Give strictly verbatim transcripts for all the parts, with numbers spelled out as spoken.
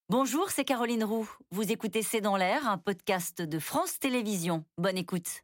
Bonjour, c'est Caroline Roux. Vous écoutez C'est dans l'air, un podcast de France Télévisions. Bonne écoute.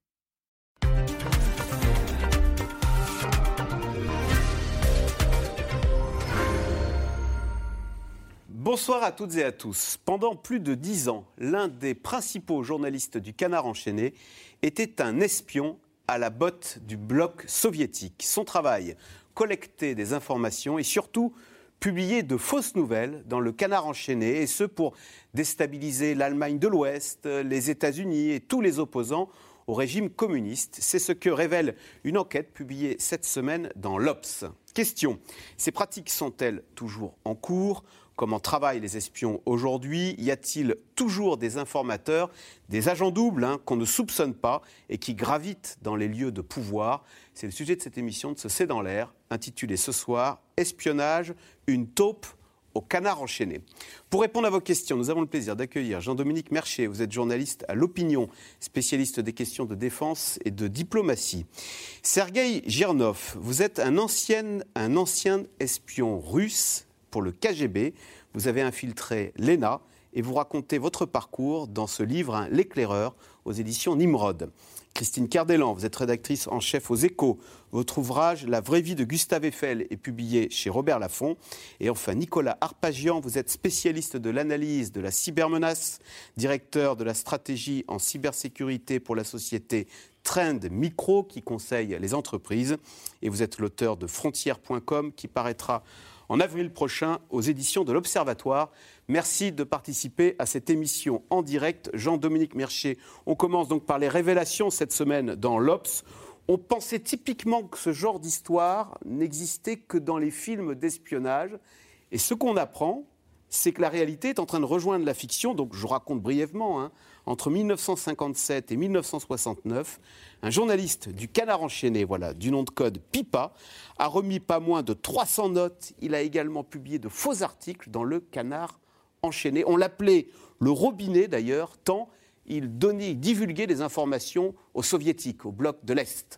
Bonsoir à toutes et à tous. Pendant plus de dix ans, l'un des principaux journalistes du Canard enchaîné était un espion à la botte du bloc soviétique. Son travail, collecter des informations et surtout publier de fausses nouvelles dans le Canard enchaîné, et ce pour déstabiliser l'Allemagne de l'Ouest, les États-Unis et tous les opposants au régime communiste. C'est ce que révèle une enquête publiée cette semaine dans l'Obs. Question, ces pratiques sont-elles toujours en cours ? Comment travaillent les espions aujourd'hui ? Y a-t-il toujours des informateurs, des agents doubles hein, qu'on ne soupçonne pas et qui gravitent dans les lieux de pouvoir ? C'est le sujet de cette émission de ce C'est dans l'air, intitulée ce soir « Espionnage, une taupe au Canard enchaîné ». Pour répondre à vos questions, nous avons le plaisir d'accueillir Jean-Dominique Mercier. Vous êtes journaliste à l'Opinion, spécialiste des questions de défense et de diplomatie. Sergueï Girnov, vous êtes un ancien, un ancien espion russe pour le K G B. Vous avez infiltré l'E N A et vous racontez votre parcours dans ce livre, hein, L'éclaireur, aux éditions Nimrod. Christine Kerdelan, vous êtes rédactrice en chef aux Échos. Votre ouvrage « La vraie vie de Gustave Eiffel » est publié chez Robert Laffont. Et enfin, Nicolas Arpagian, vous êtes spécialiste de l'analyse de la cybermenace, directeur de la stratégie en cybersécurité pour la société Trend Micro, qui conseille les entreprises. Et vous êtes l'auteur de Frontières point com, qui paraîtra en avril prochain aux éditions de l'Observatoire. Merci de participer à cette émission en direct. Jean-Dominique Mercier, on commence donc par les révélations cette semaine dans l'Obs. On pensait typiquement que ce genre d'histoire n'existait que dans les films d'espionnage. Et ce qu'on apprend, c'est que la réalité est en train de rejoindre la fiction. Donc je raconte brièvement, hein, entre mille neuf cent cinquante-sept et mille neuf cent soixante-neuf, un journaliste du Canard enchaîné, voilà, du nom de code Pipa, a remis pas moins de trois cents notes. Il a également publié de faux articles dans le Canard enchaîné. On l'appelait le robinet d'ailleurs, tant il donnait, il divulguait des informations aux soviétiques, au bloc de l'Est.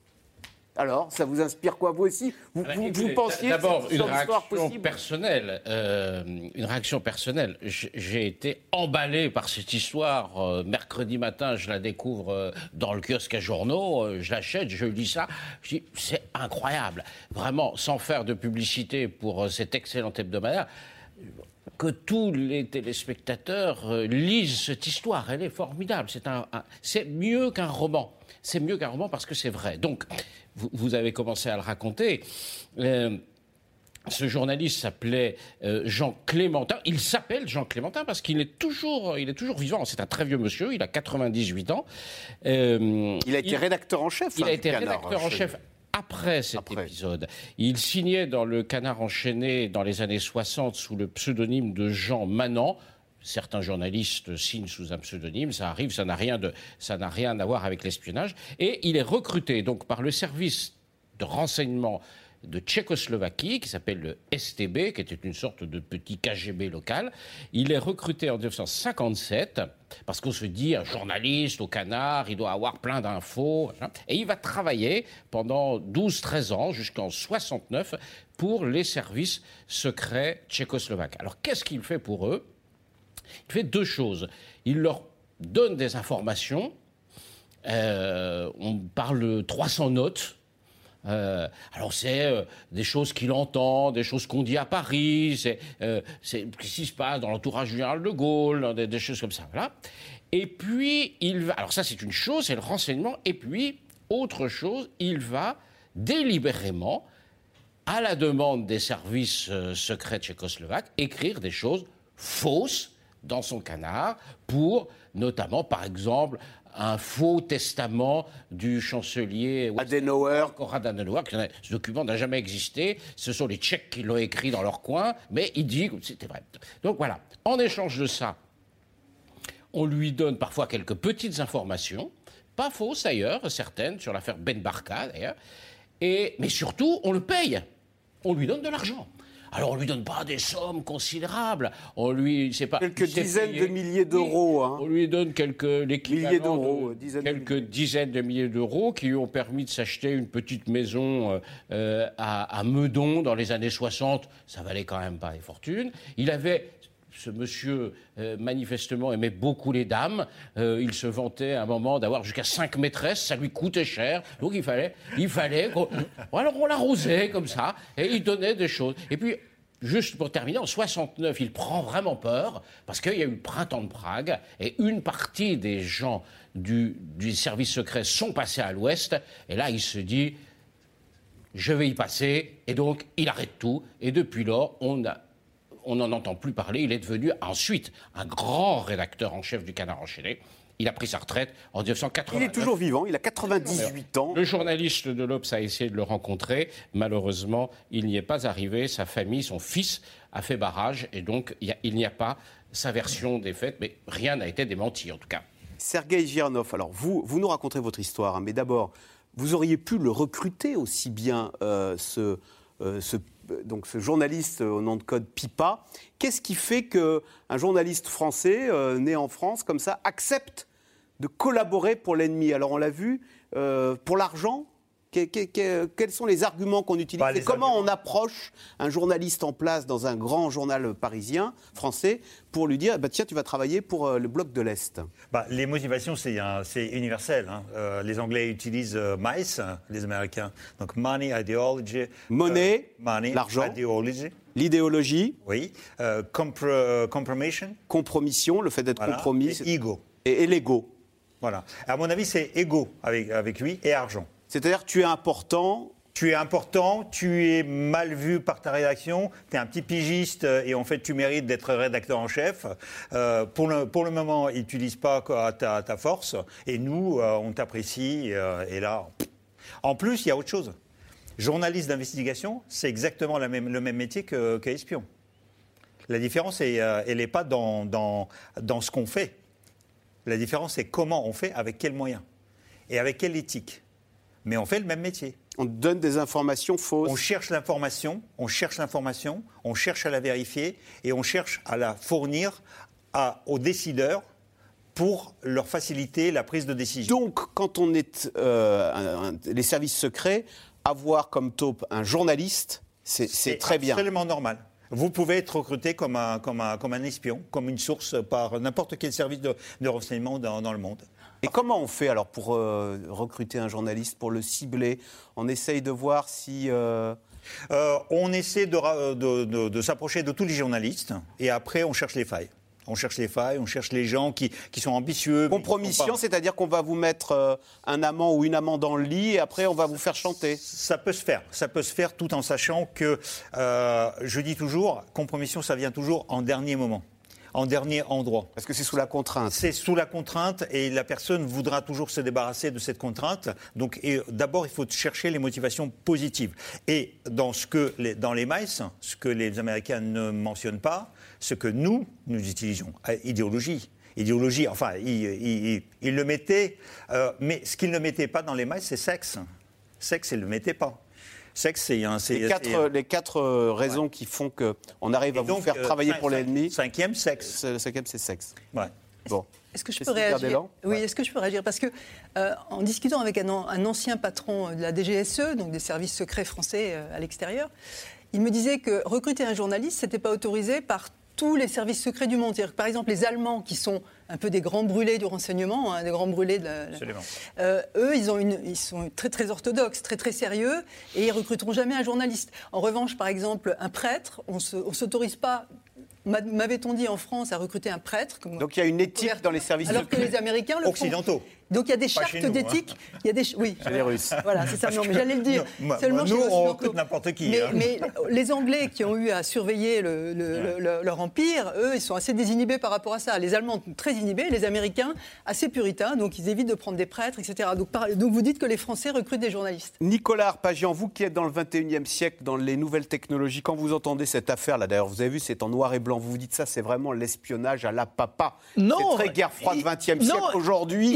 Alors, ça vous inspire quoi, vous aussi ? Vous, Alors, vous, écoutez, vous pensiez d'abord, que c'est une une histoire réaction possible ? personnelle. Euh, une réaction personnelle. J'ai été emballé par cette histoire. Euh, mercredi matin, je la découvre euh, dans le kiosque à journaux. Euh, je l'achète, je lis ça. Je dis, c'est incroyable. Vraiment, sans faire de publicité pour euh, cet excellent hebdomadaire, que tous les téléspectateurs euh, lisent cette histoire. Elle est formidable. C'est, un, un, c'est mieux qu'un roman. C'est mieux qu'un roman parce que c'est vrai. Donc, vous, vous avez commencé à le raconter. Euh, ce journaliste s'appelait euh, Jean Clémentin. Il s'appelle Jean Clémentin parce qu'il est toujours, il est toujours vivant. C'est un très vieux monsieur. Il a quatre-vingt-dix-huit ans. Euh, il a été il, rédacteur en chef. Il hein, a été Canard, rédacteur en chef. Après cet Après. épisode, il signait dans le Canard enchaîné dans les années soixante sous le pseudonyme de Jean Manant. Certains journalistes signent sous un pseudonyme, ça arrive, ça n'a rien de, ça n'a rien à voir avec l'espionnage. Et il est recruté donc par le service de renseignement de Tchécoslovaquie, qui s'appelle le S T B, qui était une sorte de petit K G B local. Il est recruté en dix-neuf cent cinquante-sept, parce qu'on se dit, un journaliste au Canard, il doit avoir plein d'infos. Et il va travailler pendant douze treize ans, jusqu'en soixante-neuf, pour les services secrets tchécoslovaques. Alors, qu'est-ce qu'il fait pour eux ? Il fait deux choses. Il leur donne des informations. Euh, on parle de trois cents notes. Euh, alors c'est euh, des choses qu'il entend, des choses qu'on dit à Paris, c'est, euh, c'est ce qui se passe dans l'entourage du général de Gaulle, des, des choses comme ça, voilà. Et puis il va, alors ça c'est une chose, c'est le renseignement. Et puis autre chose, il va délibérément, à la demande des services euh, secrets tchécoslovaques, écrire des choses fausses dans son Canard pour, notamment, par exemple, un faux testament du chancelier Adenauer. Konrad Adenauer. Ce document n'a jamais existé. Ce sont les Tchèques qui l'ont écrit dans leur coin, mais il dit que c'était vrai. Donc voilà. En échange de ça, on lui donne parfois quelques petites informations, pas fausses d'ailleurs, certaines, sur l'affaire Ben Barka d'ailleurs, et, mais surtout, on le paye. On lui donne de l'argent. Alors, on ne lui donne pas des sommes considérables. On lui, c'est pas, quelques dizaines payé. de milliers d'euros. Hein. On lui donne quelques l'équivalent milliers d'euros, de, dizaines quelques de dizaines de milliers d'euros qui lui ont permis de s'acheter une petite maison euh, à, à Meudon dans les années soixante. Ça valait quand même pas des fortunes. Il avait ce monsieur, euh, manifestement, aimait beaucoup les dames. Euh, il se vantait à un moment d'avoir jusqu'à cinq maîtresses. Ça lui coûtait cher. Donc il fallait, il fallait qu'on... Alors on l'arrosait comme ça. Et il donnait des choses. Et puis, juste pour terminer, en soixante-neuf, il prend vraiment peur parce qu'il y a eu le printemps de Prague. Et une partie des gens du, du service secret sont passés à l'Ouest. Et là, il se dit, je vais y passer. Et donc, il arrête tout. Et depuis lors, on a... on n'en entend plus parler. Il est devenu ensuite un grand rédacteur en chef du Canard enchaîné. Il a pris sa retraite en dix-neuf cent quatre-vingt-neuf. Il est toujours vivant, il a quatre-vingt-dix-huit ans. Le journaliste de l'Obs a essayé de le rencontrer. Malheureusement, il n'y est pas arrivé. Sa famille, son fils, a fait barrage. Et donc, il n'y a pas sa version des faits. Mais rien n'a été démenti, en tout cas. Sergueï Girnov, alors vous, vous nous raconterez votre histoire. Hein, mais d'abord, vous auriez pu le recruter aussi bien, euh, ce... Euh, ce, donc ce journaliste au nom de code Pipa. Qu'est-ce qui fait qu'un journaliste français euh, né en France, comme ça, accepte de collaborer pour l'ennemi? Alors on l'a vu, euh, pour l'argent, que, que, que, quels sont les arguments qu'on utilise? Bah, et comment arguments. On approche un journaliste en place dans un grand journal parisien, français, pour lui dire, bah, tiens, tu vas travailler pour euh, le bloc de l'Est? Bah, les motivations, c'est, un, c'est universel. Hein. Euh, les Anglais utilisent euh, M I C E, les Américains. Donc, money, ideology. Monnaie, euh, money, l'argent. Ideology. L'idéologie. Oui. Euh, compr- compromission. Compromission, le fait d'être Voilà. compromis. Et ego. Et, et l'ego. Voilà. À mon avis, c'est ego avec, avec lui et argent. C'est-à-dire, tu es important. Tu es important, tu es mal vu par ta rédaction, tu es un petit pigiste et en fait tu mérites d'être rédacteur en chef. Euh, pour, le, pour le moment, ils n'utilisent pas ta, ta force et nous, euh, on t'apprécie euh, et là... En plus, il y a autre chose. Journaliste d'investigation, c'est exactement la même, le même métier que, qu'espion. La différence, est, euh, elle n'est pas dans, dans, dans ce qu'on fait. La différence, c'est comment on fait, avec quels moyens et avec quelle éthique. Mais on fait le même métier. On donne des informations fausses. On cherche l'information, on cherche l'information, on cherche à la vérifier et on cherche à la fournir à, aux décideurs pour leur faciliter la prise de décision. Donc, quand on est euh, un, un, les services secrets, avoir comme taupe un journaliste, c'est, c'est, c'est très bien. C'est absolument normal. Vous pouvez être recruté comme un, comme, un, comme un espion, comme une source par n'importe quel service de, de renseignement dans, dans le monde. Et comment on fait alors pour euh, recruter un journaliste, pour le cibler? On essaye de voir si... Euh... Euh, on essaie de, de, de, de s'approcher de tous les journalistes et après on cherche les failles. On cherche les failles, on cherche les gens qui, qui sont ambitieux. Compromission, pas... c'est-à-dire qu'on va vous mettre euh, un amant ou une amant dans le lit et après on va vous faire chanter. Ça peut se faire, ça peut se faire tout en sachant que, euh, je dis toujours, compromission ça vient toujours en dernier moment. En dernier endroit. Parce que c'est sous la contrainte. C'est sous la contrainte et la personne voudra toujours se débarrasser de cette contrainte. Donc et d'abord, il faut chercher les motivations positives. Et dans, ce que les, dans les M I C E, ce que les Américains ne mentionnent pas, ce que nous, nous utilisons, idéologie. Idéologie, enfin, ils, ils, ils le mettaient, euh, mais ce qu'ils ne mettaient pas dans les M I C E, c'est sexe. Sexe, ils ne le mettaient pas. Sexe, c'est un, c'est, les, quatre, c'est... les quatre raisons ouais. qui font qu'on arrive et à donc, vous faire euh, travailler cinq, pour l'ennemi. Cinquième, sexe. Le cinquième, c'est sexe. Ouais. Bon. Est-ce que je peux réagir? Oui, ouais. Est-ce que je peux réagir? Parce que euh, en discutant avec un, un ancien patron de la D G S E, donc des services secrets français euh, à l'extérieur, il me disait que recruter un journaliste, c'était pas autorisé par tous les services secrets du monde. C'est-à-dire que, par exemple, les Allemands, qui sont un peu des grands brûlés du renseignement, hein, des grands brûlés de la, Absolument. Euh, eux, ils, ont une, ils sont très, très orthodoxes, très, très sérieux, et ils recruteront jamais un journaliste. En revanche, par exemple, un prêtre, on ne s'autorise pas... M'avait-on dit en France à recruter un prêtre? Comme Donc il y a une éthique dans les services alors que les Américains le occidentaux. Font. Donc il y a des Pas chartes nous, d'éthique. Hein. Il y a des oui. Les Russes. Voilà, c'est ça. Non, mais j'allais le dire. Non, Seulement nous, on recrute n'importe qui. Mais, hein. mais les Anglais qui ont eu à surveiller le, le, ouais. le, leur empire, eux, ils sont assez désinhibés par rapport à ça. Les Allemands très inhibés, les Américains assez puritains, donc ils évitent de prendre des prêtres, et cetera. Donc, par, donc vous dites que les Français recrutent des journalistes. Nicolas Arpagian, vous qui êtes dans le vingt et unième siècle, dans les nouvelles technologies, quand vous entendez cette affaire-là, d'ailleurs, vous avez vu, c'est en noir et blanc. Vous vous dites ça, c'est vraiment l'espionnage à la papa. Non, c'est très guerre froide il, vingtième siècle. Non, aujourd'hui, il faisait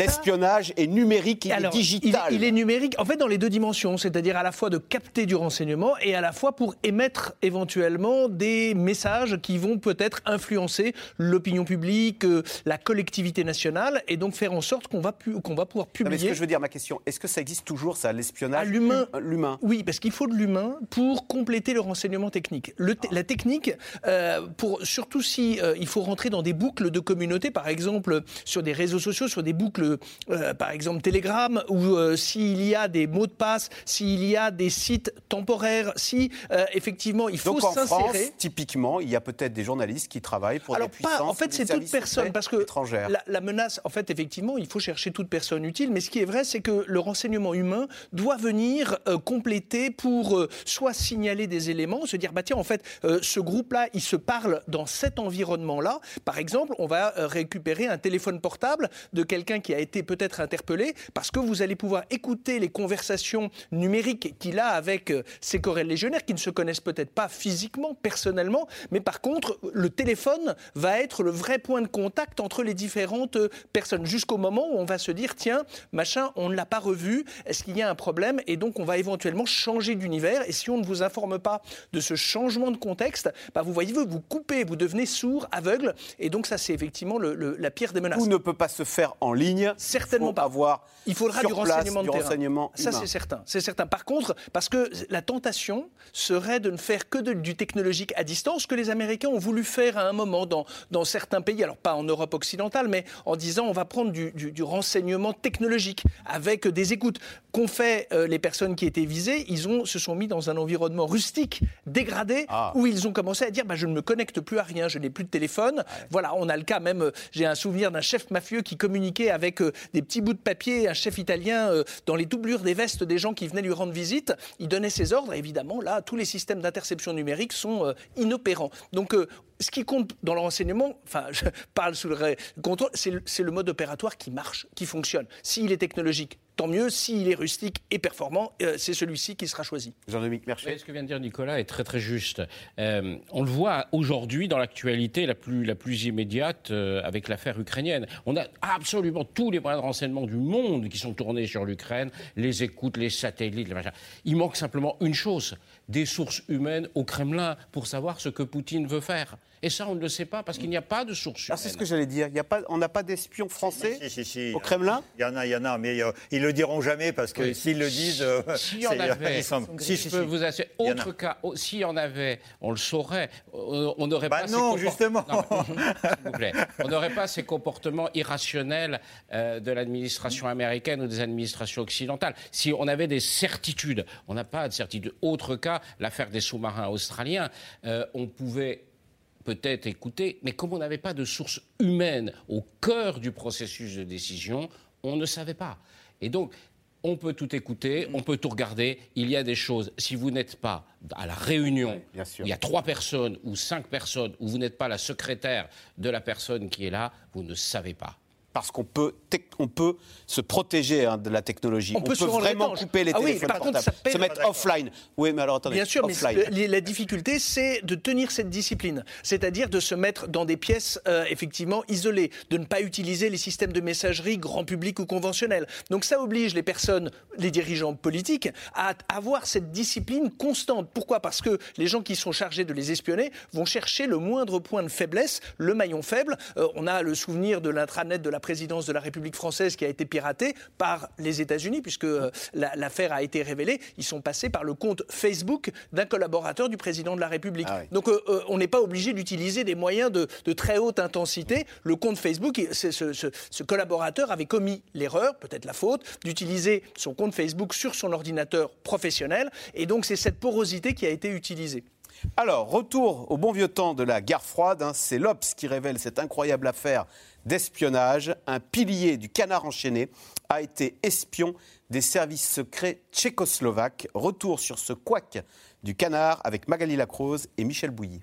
l'espionnage est numérique, il Alors, est digital. Il, il est numérique, en fait, dans les deux dimensions, c'est-à-dire à la fois de capter du renseignement et à la fois pour émettre éventuellement des messages qui vont peut-être influencer l'opinion publique, euh, la collectivité nationale, et donc faire en sorte qu'on va, pu, qu'on va pouvoir publier. Non, mais ce que je veux dire, ma question, est-ce que ça existe toujours, ça, l'espionnage à l'humain, l'humain. Oui, parce qu'il faut de l'humain pour compléter le renseignement technique. Le te- ah. La technique, euh, pour, surtout si euh, il faut rentrer dans des boucles de communauté, par exemple sur des réseaux sociaux, sur des boucles, euh, par exemple Telegram, ou euh, s'il y a des mots de passe, s'il y a des sites temporaires, si euh, effectivement il faut Donc en s'insérer. France, typiquement, il y a peut-être des journalistes qui travaillent pour Alors des puissances. pas, en fait, c'est toute personne, parce que la, la menace, en fait, effectivement, il faut chercher toute personne utile. Mais ce qui est vrai, c'est que le renseignement humain doit venir euh, compléter pour euh, soit signaler des éléments, se dire bah tiens, en fait, euh, ce groupe-là, il se parle dans cet environnement-là. Par exemple, on va euh, récupérer un téléphone portable de quelqu'un qui a été peut-être interpellé, parce que vous allez pouvoir écouter les conversations numériques qu'il a avec euh, ses querelles légionnaires, qui ne se connaissent peut-être pas physiquement, personnellement, mais par contre, le téléphone va être le vrai point de contact entre les différentes personnes, jusqu'au moment où on va se dire, tiens, machin, on ne l'a pas revu, est-ce qu'il y a un problème? Et donc, on va éventuellement changer d'univers, et si on ne vous informe pas de ce changement de contexte, bah vous voyez, vous, vous coupez, vous devenez sourd, aveugle, et donc ça, c'est effectivement le, le, la pire des menaces. Tout ne peut pas se faire en ligne. Certainement pas. Avoir Il faudra sur du place, renseignement de du terrain. renseignement ça, humain. c'est certain, c'est certain. Par contre, parce que la tentation serait de ne faire que de, du technologique à distance, que les Américains ont voulu faire à un moment dans, dans certains pays, alors pas en Europe occidentale, mais en disant on va prendre du, du, du renseignement technologique avec des écoutes qu'ont fait euh, les personnes qui étaient visées. Ils ont, se sont mis dans un environnement rustique, dégradé, ah. où ils ont commencé à dire bah, je ne me connecte plus à rien, je n'ai plus de téléphone. Ah ouais. Voilà, on a le cas même, euh, j'ai un souvenir d'un chef mafieux qui communiquait avec euh, des petits bouts de papier, un chef italien euh, dans les doublures des vestes des gens qui venaient lui rendre visite. Il donnait ses ordres, et évidemment, là, tous les systèmes d'interception numérique sont euh, inopérants. Donc, euh, ce qui compte dans le renseignement, enfin, je parle sous le contrôle, c'est le, c'est le mode opératoire qui marche, qui fonctionne. S'il est technologique, tant mieux. S'il est rustique et performant, euh, c'est celui-ci qui sera choisi. Jean-Dominique Merchet. Oui, ce que vient de dire Nicolas est très très juste. Euh, on le voit aujourd'hui dans l'actualité la plus, la plus immédiate euh, avec l'affaire ukrainienne. On a absolument tous les moyens de renseignement du monde qui sont tournés sur l'Ukraine, les écoutes, les satellites, les machins. Il manque simplement une chose, des sources humaines au Kremlin pour savoir ce que Poutine veut faire. Et ça, on ne le sait pas parce qu'il n'y a pas de sources humaines. Ah, c'est ce que j'allais dire. Il y a pas, on n'a pas d'espions français si, si, si, si. au Kremlin. Il y en a, il y en a, mais euh, ils le diront jamais parce que oui. s'ils le disent, euh, s'il y en avait, sont... si, si, je peux si. vous assurer, autre cas, s'il y en avait, on le saurait. On n'aurait bah pas. Non, ces justement. comport... non, s'il vous plaît, on n'aurait pas ces comportements irrationnels euh, de l'administration américaine ou des administrations occidentales. Si on avait des certitudes, on n'a pas de certitude. Autre cas, l'affaire des sous-marins australiens, euh, on pouvait peut-être écouter, mais comme on n'avait pas de source humaine au cœur du processus de décision, on ne savait pas. Et donc, on peut tout écouter, on peut tout regarder. Il y a des choses, si vous n'êtes pas à la réunion, oui, il y a trois personnes ou cinq personnes, où vous n'êtes pas la secrétaire de la personne qui est là, vous ne savez pas. Parce qu'on peut, on peut se protéger hein, de la technologie. On, on peut, peut vraiment couper les ah téléphones oui, par portables, contre, ça se mettre offline. Oui, mais alors attendez. Bien sûr, offline. mais la difficulté, c'est de tenir cette discipline, c'est-à-dire de se mettre dans des pièces euh, effectivement isolées, de ne pas utiliser les systèmes de messagerie grand public ou conventionnels. Donc ça oblige les personnes, les dirigeants politiques, à avoir cette discipline constante. Pourquoi ? Parce que les gens qui sont chargés de les espionner vont chercher le moindre point de faiblesse, le maillon faible. Euh, on a le souvenir de l'intranet de la présidence de la République française qui a été piratée par les États-Unis, puisque euh, la, l'affaire a été révélée. Ils sont passés par le compte Facebook d'un collaborateur du président de la République. Ah oui. Donc euh, euh, on n'est pas obligé d'utiliser des moyens de, de très haute intensité. Le compte Facebook, c'est, ce, ce, ce collaborateur avait commis l'erreur, peut-être la faute, d'utiliser son compte Facebook sur son ordinateur professionnel. Et donc c'est cette porosité qui a été utilisée. Alors, retour au bon vieux temps de la guerre froide. Hein, c'est l'Obs qui révèle cette incroyable affaire d'espionnage. Un pilier du Canard enchaîné a été espion des services secrets tchécoslovaques. Retour sur ce couac du Canard avec Magali Lacrose et Michel Bouilly.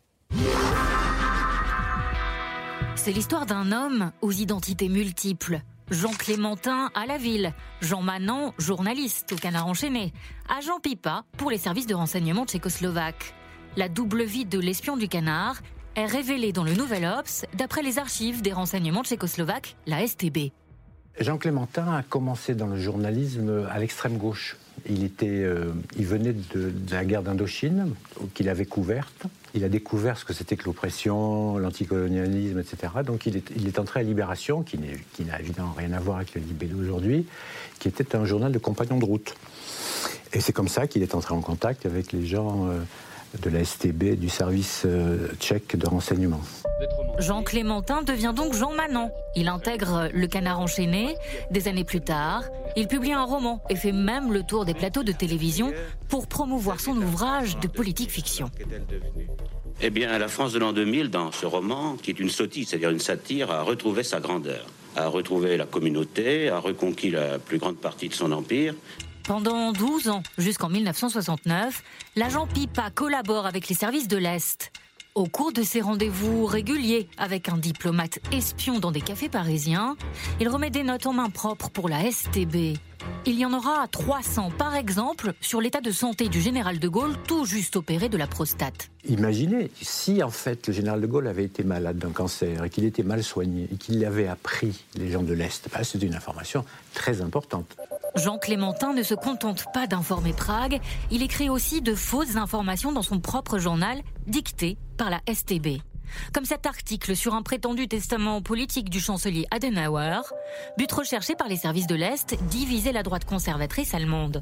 C'est l'histoire d'un homme aux identités multiples. Jean Clémentin à la ville, Jean Manon, journaliste au Canard enchaîné, agent Pipa pour les services de renseignement tchécoslovaques. La double vie de l'espion du Canard est révélée dans le Nouvel Obs d'après les archives des renseignements tchécoslovaques, la S T B. Jean Clémentin a commencé dans le journalisme à l'extrême gauche. Il, était, euh, il venait de, de la guerre d'Indochine, qu'il avait couverte. Il a découvert ce que c'était que l'oppression, l'anticolonialisme, et cetera. Donc il est, il est entré à Libération, qui, n'est, qui n'a évidemment rien à voir avec le Libé d'aujourd'hui, qui était un journal de compagnons de route. Et c'est comme ça qu'il est entré en contact avec les gens euh, de la S T B, du service euh, tchèque de renseignement. Jean Clémentin devient donc Jean Manon. Il intègre le Canard enchaîné. Des années plus tard, il publie un roman et fait même le tour des plateaux de télévision pour promouvoir son ouvrage de politique fiction. Eh bien, la France de l'an deux mille, dans ce roman, qui est une sottise, c'est-à-dire une satire, a retrouvé sa grandeur, a retrouvé la communauté, a reconquis la plus grande partie de son empire. Pendant douze ans, jusqu'en mille neuf cent soixante-neuf, l'agent Pipa collabore avec les services de l'Est. Au cours de ses rendez-vous réguliers avec un diplomate espion dans des cafés parisiens, il remet des notes en main propre pour la S T B. Il y en aura trois cents, par exemple, sur l'état de santé du général de Gaulle, tout juste opéré de la prostate. Imaginez, si en fait le général de Gaulle avait été malade d'un cancer et qu'il était mal soigné et qu'il l'avait appris, les gens de l'Est, ben, c'est une information très importante. Jean Clémentin ne se contente pas d'informer Prague, il écrit aussi de fausses informations dans son propre journal, dicté par la S T B. Comme cet article sur un prétendu testament politique du chancelier Adenauer, but recherché par les services de l'Est, diviser la droite conservatrice allemande.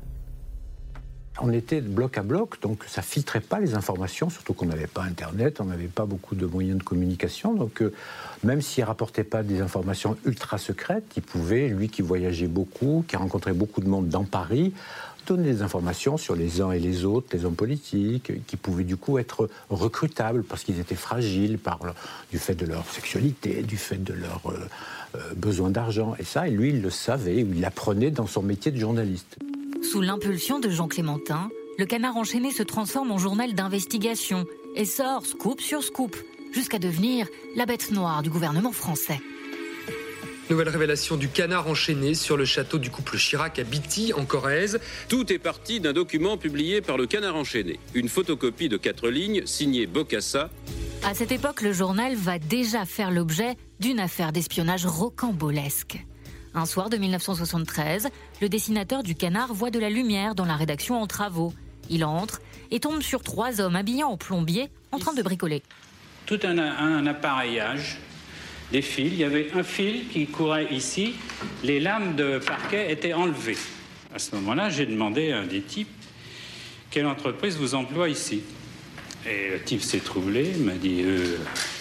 On était bloc à bloc, donc ça filtrait pas les informations, surtout qu'on n'avait pas Internet, on n'avait pas beaucoup de moyens de communication. Donc euh, même s'il rapportait pas des informations ultra secrètes, il pouvait, lui qui voyageait beaucoup, qui rencontrait beaucoup de monde dans Paris, donner des informations sur les uns et les autres, les hommes politiques, qui pouvaient du coup être recrutables parce qu'ils étaient fragiles par le, du fait de leur sexualité, du fait de leur euh, euh, besoin d'argent. Et ça, et lui, il le savait, il l'apprenait dans son métier de journaliste. Sous l'impulsion de Jean Clémentin, le Canard enchaîné se transforme en journal d'investigation et sort scoop sur scoop, jusqu'à devenir la bête noire du gouvernement français. Nouvelle révélation du Canard enchaîné sur le château du couple Chirac à Bitty, en Corrèze. Tout est parti d'un document publié par le Canard enchaîné. Une photocopie de quatre lignes, signée Bokassa. À cette époque, le journal va déjà faire l'objet d'une affaire d'espionnage rocambolesque. Un soir de mille neuf cent soixante-treize, le dessinateur du Canard voit de la lumière dans la rédaction en travaux. Il entre et tombe sur trois hommes habillés en plombier en train de bricoler. Tout un, un appareillage, des fils. Il y avait un fil qui courait ici. Les lames de parquet étaient enlevées. À ce moment-là, j'ai demandé à un des types quelle entreprise vous emploie ici. Et le type s'est troublé, m'a dit euh,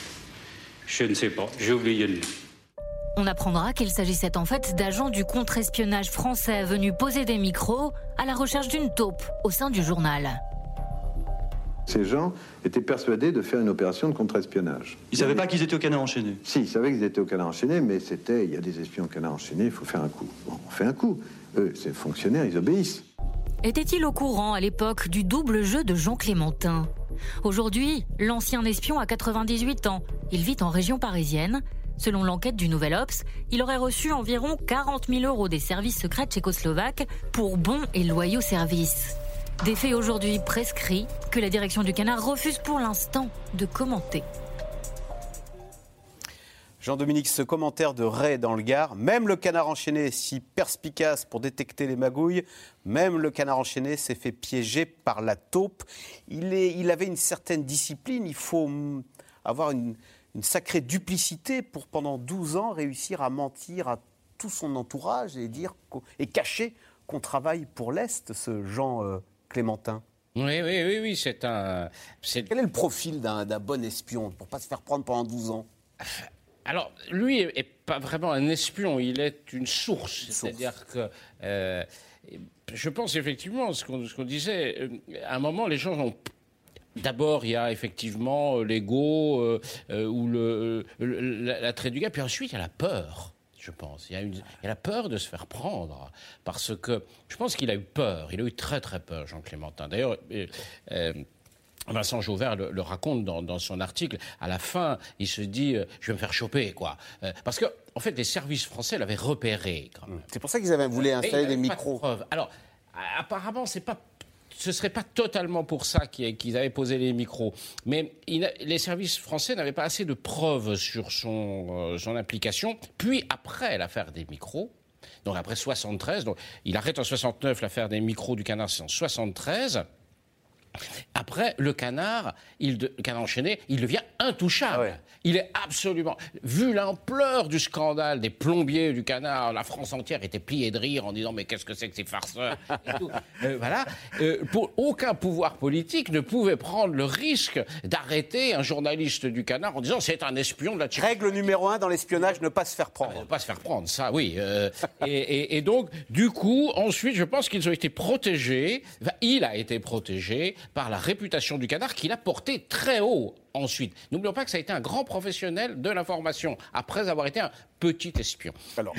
je ne sais pas, j'ai oublié le nom. On apprendra qu'il s'agissait en fait d'agents du contre-espionnage français venus poser des micros à la recherche d'une taupe au sein du journal. Ces gens étaient persuadés de faire une opération de contre-espionnage. Ils ne savaient pas qu'ils étaient au Canard enchaîné. Si, ils savaient qu'ils étaient au Canard enchaîné, mais c'était, il y a des espions au Canard enchaîné, il faut faire un coup. Bon, on fait un coup. Eux, c'est fonctionnaires, ils obéissent. Était-il au courant à l'époque du double jeu de Jean Clémentin ? Aujourd'hui, l'ancien espion a quatre-vingt-dix-huit ans. Il vit en région parisienne. Selon l'enquête du Nouvel Obs, il aurait reçu environ quarante mille euros des services secrets tchécoslovaques pour bons et loyaux services. Des faits aujourd'hui prescrits que la direction du Canard refuse pour l'instant de commenter. Jean-Dominique, ce commentaire de Ray dans le Gard, même le Canard enchaîné est si perspicace pour détecter les magouilles, même le Canard enchaîné s'est fait piéger par la taupe. Il, est, il avait une certaine discipline, il faut avoir une... une sacrée duplicité pour, pendant douze ans, réussir à mentir à tout son entourage et, dire et cacher qu'on travaille pour l'Est, ce Jean euh, Clémentin. Oui, oui, oui, oui, c'est un... C'est... Quel est le profil d'un, d'un bon espion, pour ne pas se faire prendre pendant douze ans ? Alors, lui n'est pas vraiment un espion, il est une source. Une C'est-à-dire source. que... Euh, je pense effectivement, ce qu'on, ce qu'on disait, euh, à un moment, les gens ont... D'abord, il y a effectivement l'ego euh, euh, ou le, le, l'attrait du gars, puis ensuite, il y a la peur, je pense. Il y a, une, il y a la peur de se faire prendre, parce que je pense qu'il a eu peur, il a eu très très peur, Jean Clémentin. D'ailleurs, euh, euh, Vincent Jauvert le, le raconte dans, dans son article. À la fin, il se dit euh, « je vais me faire choper », quoi. Euh, parce que, en fait, les services français l'avaient repéré, quand même. C'est pour ça qu'ils avaient voulu installer des micros. De Alors, apparemment, c'est pas... Ce ne serait pas totalement pour ça qu'ils avaient posé les micros. Mais il a, les services français n'avaient pas assez de preuves sur son, euh, son implication. Puis, après l'affaire des micros, Donc après soixante-treize, donc, il arrête en soixante-neuf l'affaire des micros du Canard, c'est en soixante-treize. Après, le canard, il de, le canard enchaîné, il devient intouchable. Ah ouais. Il est absolument... Vu l'ampleur du scandale des plombiers du canard, la France entière était pliée de rire en disant « mais qu'est-ce que c'est que ces farceurs ?» et tout. Euh, voilà. Euh, pour, aucun pouvoir politique ne pouvait prendre le risque d'arrêter un journaliste du canard en disant « c'est un espion de la Tchécoslovaquie ». Règle numéro un dans l'espionnage, ne pas se faire prendre. Ah, ne pas se faire prendre, ça, oui. Euh, et, et, et donc, du coup, ensuite, je pense qu'ils ont été protégés. Enfin, il a été protégé par la réputation du canard qu'il a porté très haut ensuite. N'oublions pas que ça a été un grand professionnel de l'information, après avoir été un petit espion. Alors,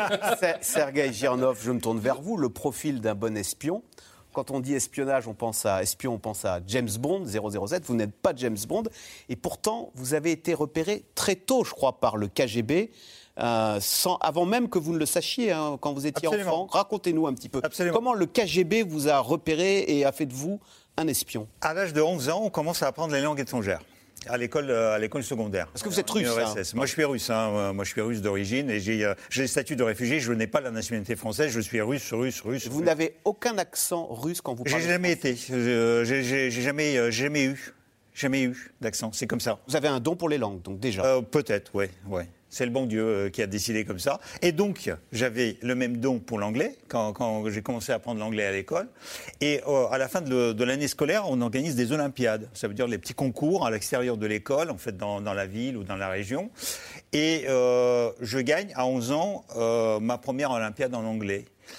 Sergueï Girnov, je me tourne vers vous, le profil d'un bon espion. Quand on dit espionnage, on pense à espion, on pense à James Bond, zéro zéro sept. Vous n'êtes pas James Bond. Et pourtant, vous avez été repéré très tôt, je crois, par le K G B. Euh, sans, avant même que vous ne le sachiez, hein, quand vous étiez Absolument. enfant. Racontez-nous un petit peu. Absolument. Comment le K G B vous a repéré et a fait de vous un espion? À l'âge de onze ans, on commence à apprendre les langues étrangères. À l'école, à l'école secondaire. Parce que vous êtes russe, hein. Moi, je suis russe. Hein. Moi, je suis russe d'origine et j'ai, j'ai le statut de réfugié. Je n'ai pas la nationalité française. Je suis russe, russe, russe. Vous russe. n'avez aucun accent russe quand vous parlez? J'ai jamais été. J'ai, j'ai, j'ai jamais, jamais eu, jamais eu d'accent. C'est comme ça. Vous avez un don pour les langues, donc déjà. Euh, peut-être, ouais, ouais. C'est le bon Dieu euh, qui a décidé comme ça. Et donc, j'avais le même don pour l'anglais quand, quand j'ai commencé à apprendre l'anglais à l'école. Et euh, à la fin de, le, de l'année scolaire, on organise des olympiades. Ça veut dire les petits concours à l'extérieur de l'école, en fait, dans, dans la ville ou dans la région. Et euh, je gagne à onze ans euh, ma première olympiade en anglais.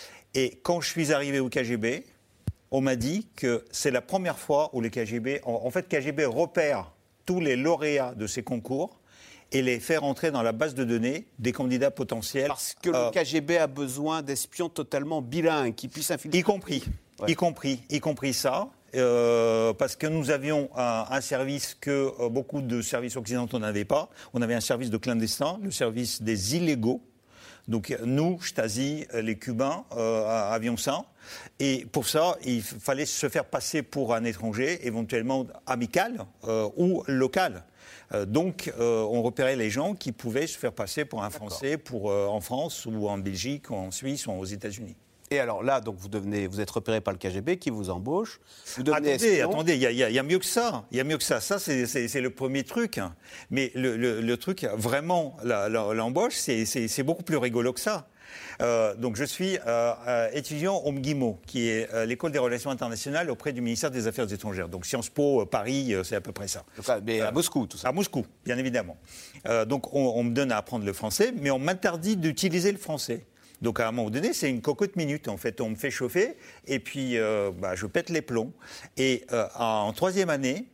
Et quand je suis arrivé au K G B, on m'a dit que c'est la première fois où le K G B... En, en fait, K G B repère tous les lauréats de ces concours et les faire entrer dans la base de données des candidats potentiels. Parce que euh, le K G B a besoin d'espions totalement bilingues qui puissent infiltrer. Y compris, ouais. y compris, y compris ça. Euh, parce que nous avions un, un service que euh, beaucoup de services occidentaux n'avaient pas. On avait un service de clandestins, le service des illégaux. Donc nous, Stasi, les Cubains, euh, avions ça. Et pour ça, il fallait se faire passer pour un étranger, éventuellement amical euh, ou local. Euh, donc, euh, on repérait les gens qui pouvaient se faire passer pour un Français pour, euh, en France ou en Belgique ou en Suisse ou aux États-Unis. Et alors là, donc vous, devenez, vous êtes repéré par le K G B qui vous embauche. Vous devenez attendez, espion. attendez, il y, y, y a mieux que ça. Il y a mieux que ça. Ça, c'est, c'est, c'est le premier truc. Mais le, le, le truc, vraiment, la, la, l'embauche, c'est, c'est, c'est beaucoup plus rigolo que ça. Euh, donc je suis euh, euh, étudiant au M G I M O, qui est euh, l'école des relations internationales auprès du ministère des Affaires étrangères. Donc Sciences Po, euh, Paris, euh, c'est à peu près ça. Donc, mais à Moscou, tout ça. À Moscou, bien évidemment. Euh, donc on, on me donne à apprendre le français, mais on m'interdit d'utiliser le français. Donc à un moment donné, c'est une cocotte minute. En fait, on me fait chauffer et puis euh, bah, je pète les plombs. Et euh, en troisième année,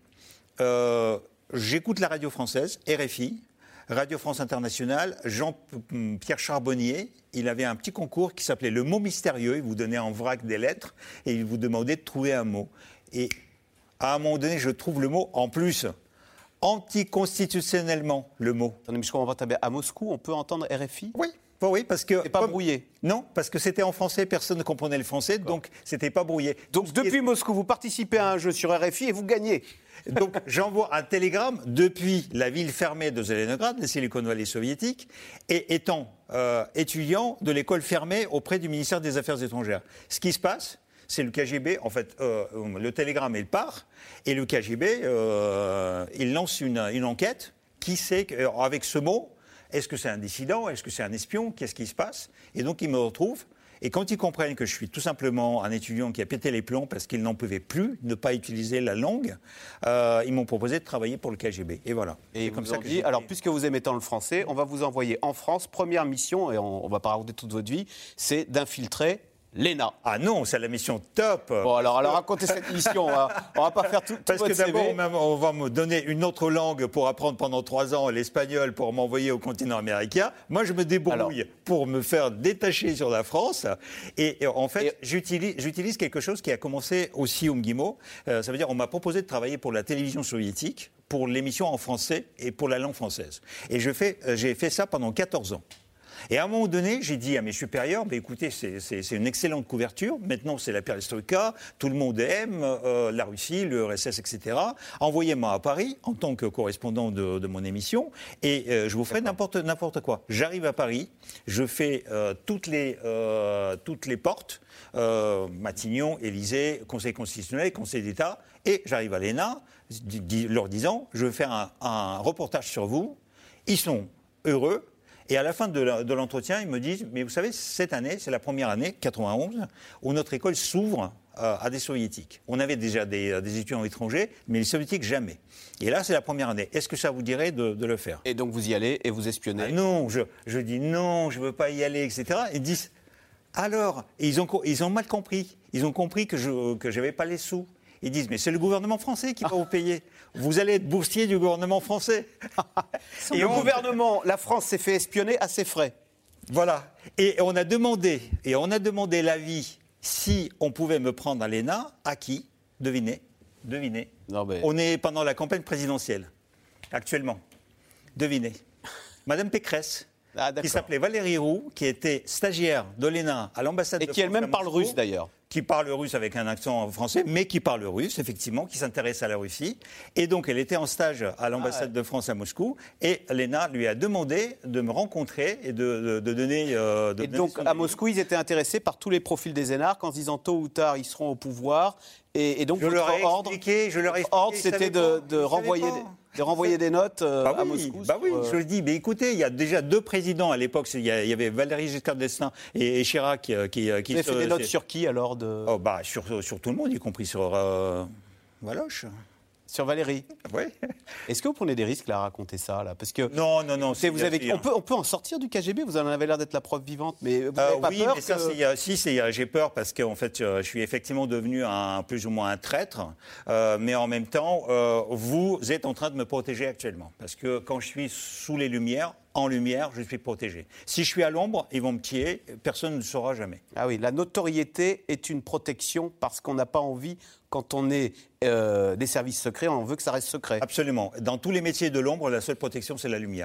euh, j'écoute la radio française, R F I, Radio France Internationale, Jean-Pierre Charbonnier. Il avait un petit concours qui s'appelait Le mot mystérieux. Il vous donnait en vrac des lettres et il vous demandait de trouver un mot. Et à un moment donné, je trouve le mot en plus. Anticonstitutionnellement, le mot. Attendez, mais je comprends pas. À Moscou, on peut entendre R F I ? Oui. Oui, parce que... C'est pas brouillé? Non, parce que c'était en français, personne ne comprenait le français, D'accord. donc c'était pas brouillé. Donc Ce depuis est... Moscou, vous participez à un jeu sur R F I et vous gagnez. Donc j'envoie un télégramme depuis la ville fermée de Zelenograd, la Silicon Valley soviétique, et étant euh, étudiant de l'école fermée auprès du ministère des Affaires étrangères. Ce qui se passe, c'est le K G B, en fait, euh, le télégramme, il part, et le K G B, euh, il lance une, une enquête. Qui sait, avec ce mot... Est-ce que c'est un dissident? Est-ce que c'est un espion? Qu'est-ce qui se passe? Et donc, ils me retrouvent. Et quand ils comprennent que je suis tout simplement un étudiant qui a pété les plombs parce qu'ils n'en pouvaient plus ne pas utiliser la langue, euh, ils m'ont proposé de travailler pour le K G B. Et voilà. Et comme ça que dit, alors, puisque vous aimez tant le français, on va vous envoyer en France. Première mission, et on ne va pas raconter toute votre vie, c'est d'infiltrer l'E N A. Ah non, c'est la mission top. Bon, alors, alors racontez cette mission. On va, on va pas faire tout, tout Parce votre que d'abord, C V. on va me donner une autre langue pour apprendre pendant trois ans l'espagnol pour m'envoyer au continent américain. Moi, je me débrouille alors. pour me faire détacher sur la France. Et, et en fait, et... j'utilise, j'utilise quelque chose qui a commencé aussi au M G I M O. Euh, ça veut dire on m'a proposé de travailler pour la télévision soviétique, pour l'émission en français et pour la langue française. Et je fais, euh, j'ai fait ça pendant quatorze ans. Et à un moment donné, j'ai dit à mes supérieurs, bah, écoutez, c'est, c'est, c'est une excellente couverture. Maintenant, c'est la perestroïka, tout le monde aime euh, la Russie, le R S S, et cetera. Envoyez-moi à Paris en tant que correspondant de, de mon émission et euh, je vous ferai n'importe, n'importe quoi. J'arrive à Paris, je fais euh, toutes, les, euh, toutes les portes, euh, Matignon, Élysée, Conseil constitutionnel, Conseil d'État, et j'arrive à l'E N A, leur disant, je vais faire un, un reportage sur vous. Ils sont heureux. Et à la fin de, la, de l'entretien, ils me disent, mais vous savez, cette année, c'est la première année, quatre-vingt-onze, où notre école s'ouvre euh, à des soviétiques. On avait déjà des, des étudiants étrangers, mais les soviétiques, jamais. Et là, c'est la première année. Est-ce que ça vous dirait de, de le faire ? Et donc, vous y allez et vous espionnez ? Ah non, je, je dis non, je ne veux pas y aller, et cetera. Ils disent, alors, et ils, ont, ils ont mal compris. Ils ont compris que je n'avais pas les sous. Ils disent, mais c'est le gouvernement français qui va vous payer. Vous allez être boursier du gouvernement français. Et le on... gouvernement, la France s'est fait espionner à ses frais. Voilà. Et on a demandé, et on a demandé l'avis si on pouvait me prendre à l'E N A. À qui ? Devinez. Devinez. Non, mais... On est pendant la campagne présidentielle, actuellement. Devinez. Madame Pécresse. Ah, qui s'appelait Valérie Roux, qui était stagiaire de l'E N A à l'ambassade de France. Et qui elle-même parle russe d'ailleurs. Qui parle russe avec un accent français, mais qui parle russe, effectivement, qui s'intéresse à la Russie. Et donc, elle était en stage à l'ambassade ah ouais. de France à Moscou. Et l'E N A lui a demandé de me rencontrer et de, de, de donner... Euh, de et donner donc, à Moscou, ils étaient intéressés par tous les profils des énarques en se disant tôt ou tard, ils seront au pouvoir. Et, et donc, je votre leur ai ordre, expliqué, je leur ai expliqué, ordre c'était de, de renvoyer... Des... de renvoyer des notes euh, bah oui, à Moscou. Bah oui, euh... je le dis. Mais écoutez, il y a déjà deux présidents à l'époque. Il y, a, il y avait Valéry Giscard d'Estaing et, et Chirac qui... qui, qui Vous avez se, fait des notes c'est... sur qui alors de... oh, bah, sur, sur tout le monde, y compris sur euh, Valoche. Sur Valérie. Oui. Est-ce que vous prenez des risques là, à raconter ça là ? Parce que non, non, non. C'est, vous avez, on, peut, on peut en sortir du K G B. Vous en avez l'air d'être la preuve vivante, mais vous n'avez euh, pas oui, peur mais que... ça, c'est, si, c'est, j'ai peur parce qu'en fait, je suis effectivement devenu un, plus ou moins un traître, euh, mais en même temps, euh, vous êtes en train de me protéger actuellement, parce que quand je suis sous les lumières, en lumière, je suis protégé. Si je suis à l'ombre, ils vont me piller, personne ne le saura jamais. Ah oui, la notoriété est une protection parce qu'on n'a pas envie, quand on est euh, des services secrets, on veut que ça reste secret. Absolument. Dans tous les métiers de l'ombre, la seule protection, c'est la lumière.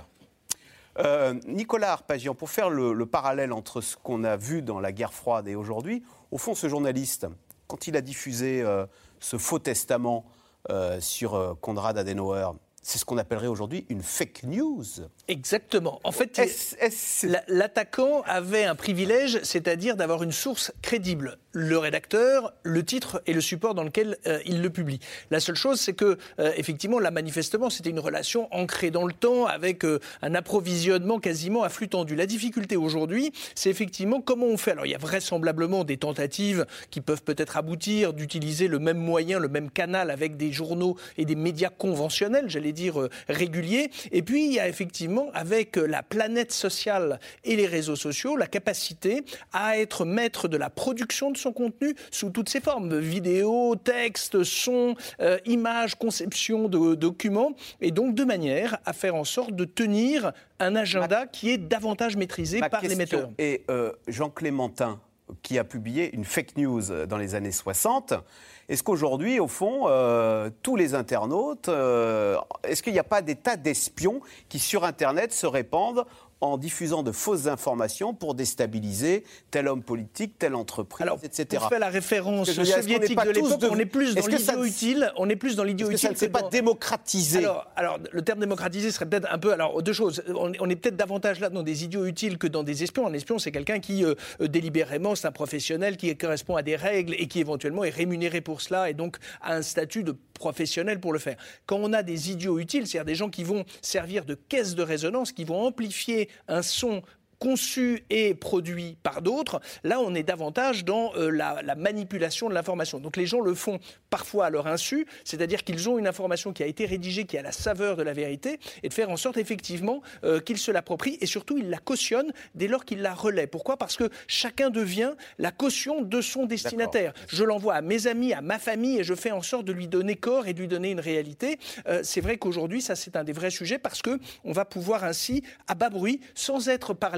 Euh, Nicolas Arpagian, pour faire le, le parallèle entre ce qu'on a vu dans la guerre froide et aujourd'hui, au fond, ce journaliste, quand il a diffusé euh, ce faux testament euh, sur euh, Konrad Adenauer, c'est ce qu'on appellerait aujourd'hui une fake news. Exactement. En fait, est-ce, est-ce... l'attaquant avait un privilège, c'est-à-dire d'avoir une source crédible. Le rédacteur, le titre et le support dans lequel euh, il le publie. La seule chose, c'est que, euh, effectivement, là, manifestement, c'était une relation ancrée dans le temps, avec euh, un approvisionnement quasiment à flux tendu. La difficulté aujourd'hui, c'est effectivement comment on fait. Alors, il y a vraisemblablement des tentatives qui peuvent peut-être aboutir d'utiliser le même moyen, le même canal avec des journaux et des médias conventionnels, j'allais dire euh, réguliers. Et puis, il y a effectivement, avec la planète sociale et les réseaux sociaux, la capacité à être maître de la production de son contenu sous toutes ses formes, vidéo, texte, son, euh, images, conception de documents, et donc de manière à faire en sorte de tenir un agenda Ma... qui est davantage maîtrisé Ma par l'émetteur. Et euh, Jean Clémentin, qui a publié une fake news dans les années soixante, est-ce qu'aujourd'hui, au fond, euh, tous les internautes, euh, est-ce qu'il n'y a pas des tas d'espions qui, sur Internet, se répandent en diffusant de fausses informations pour déstabiliser tel homme politique, telle entreprise, Alors, et cetera. Pour faire la référence soviétique de l'époque, de... on est plus dans l'idiot utile. On est plus dans l'idiot utile. Est-ce que ça ne s'est pas dans... démocratisé ? alors, alors, le terme démocratisé serait peut-être un peu... Alors, deux choses. On, on est peut-être davantage là dans des idiots utiles que dans des espions. Un espion, c'est quelqu'un qui, euh, délibérément, c'est un professionnel qui correspond à des règles et qui, éventuellement, est rémunéré pour cela et donc a un statut de professionnel pour le faire. Quand on a des idiots utiles, c'est-à-dire des gens qui vont servir de caisse de résonance, qui vont amplifier un son conçu et produit par d'autres, là on est davantage dans euh, la, la manipulation de l'information. Donc les gens le font parfois à leur insu, c'est-à-dire qu'ils ont une information qui a été rédigée, qui a la saveur de la vérité, et de faire en sorte effectivement euh, qu'ils se l'approprient, et surtout ils la cautionnent dès lors qu'ils la relaient. Pourquoi ? Parce que chacun devient la caution de son destinataire. D'accord. Je l'envoie à mes amis, à ma famille, et je fais en sorte de lui donner corps et de lui donner une réalité. Euh, c'est vrai qu'aujourd'hui, ça c'est un des vrais sujets, parce qu'on va pouvoir ainsi, à bas bruit, sans être par les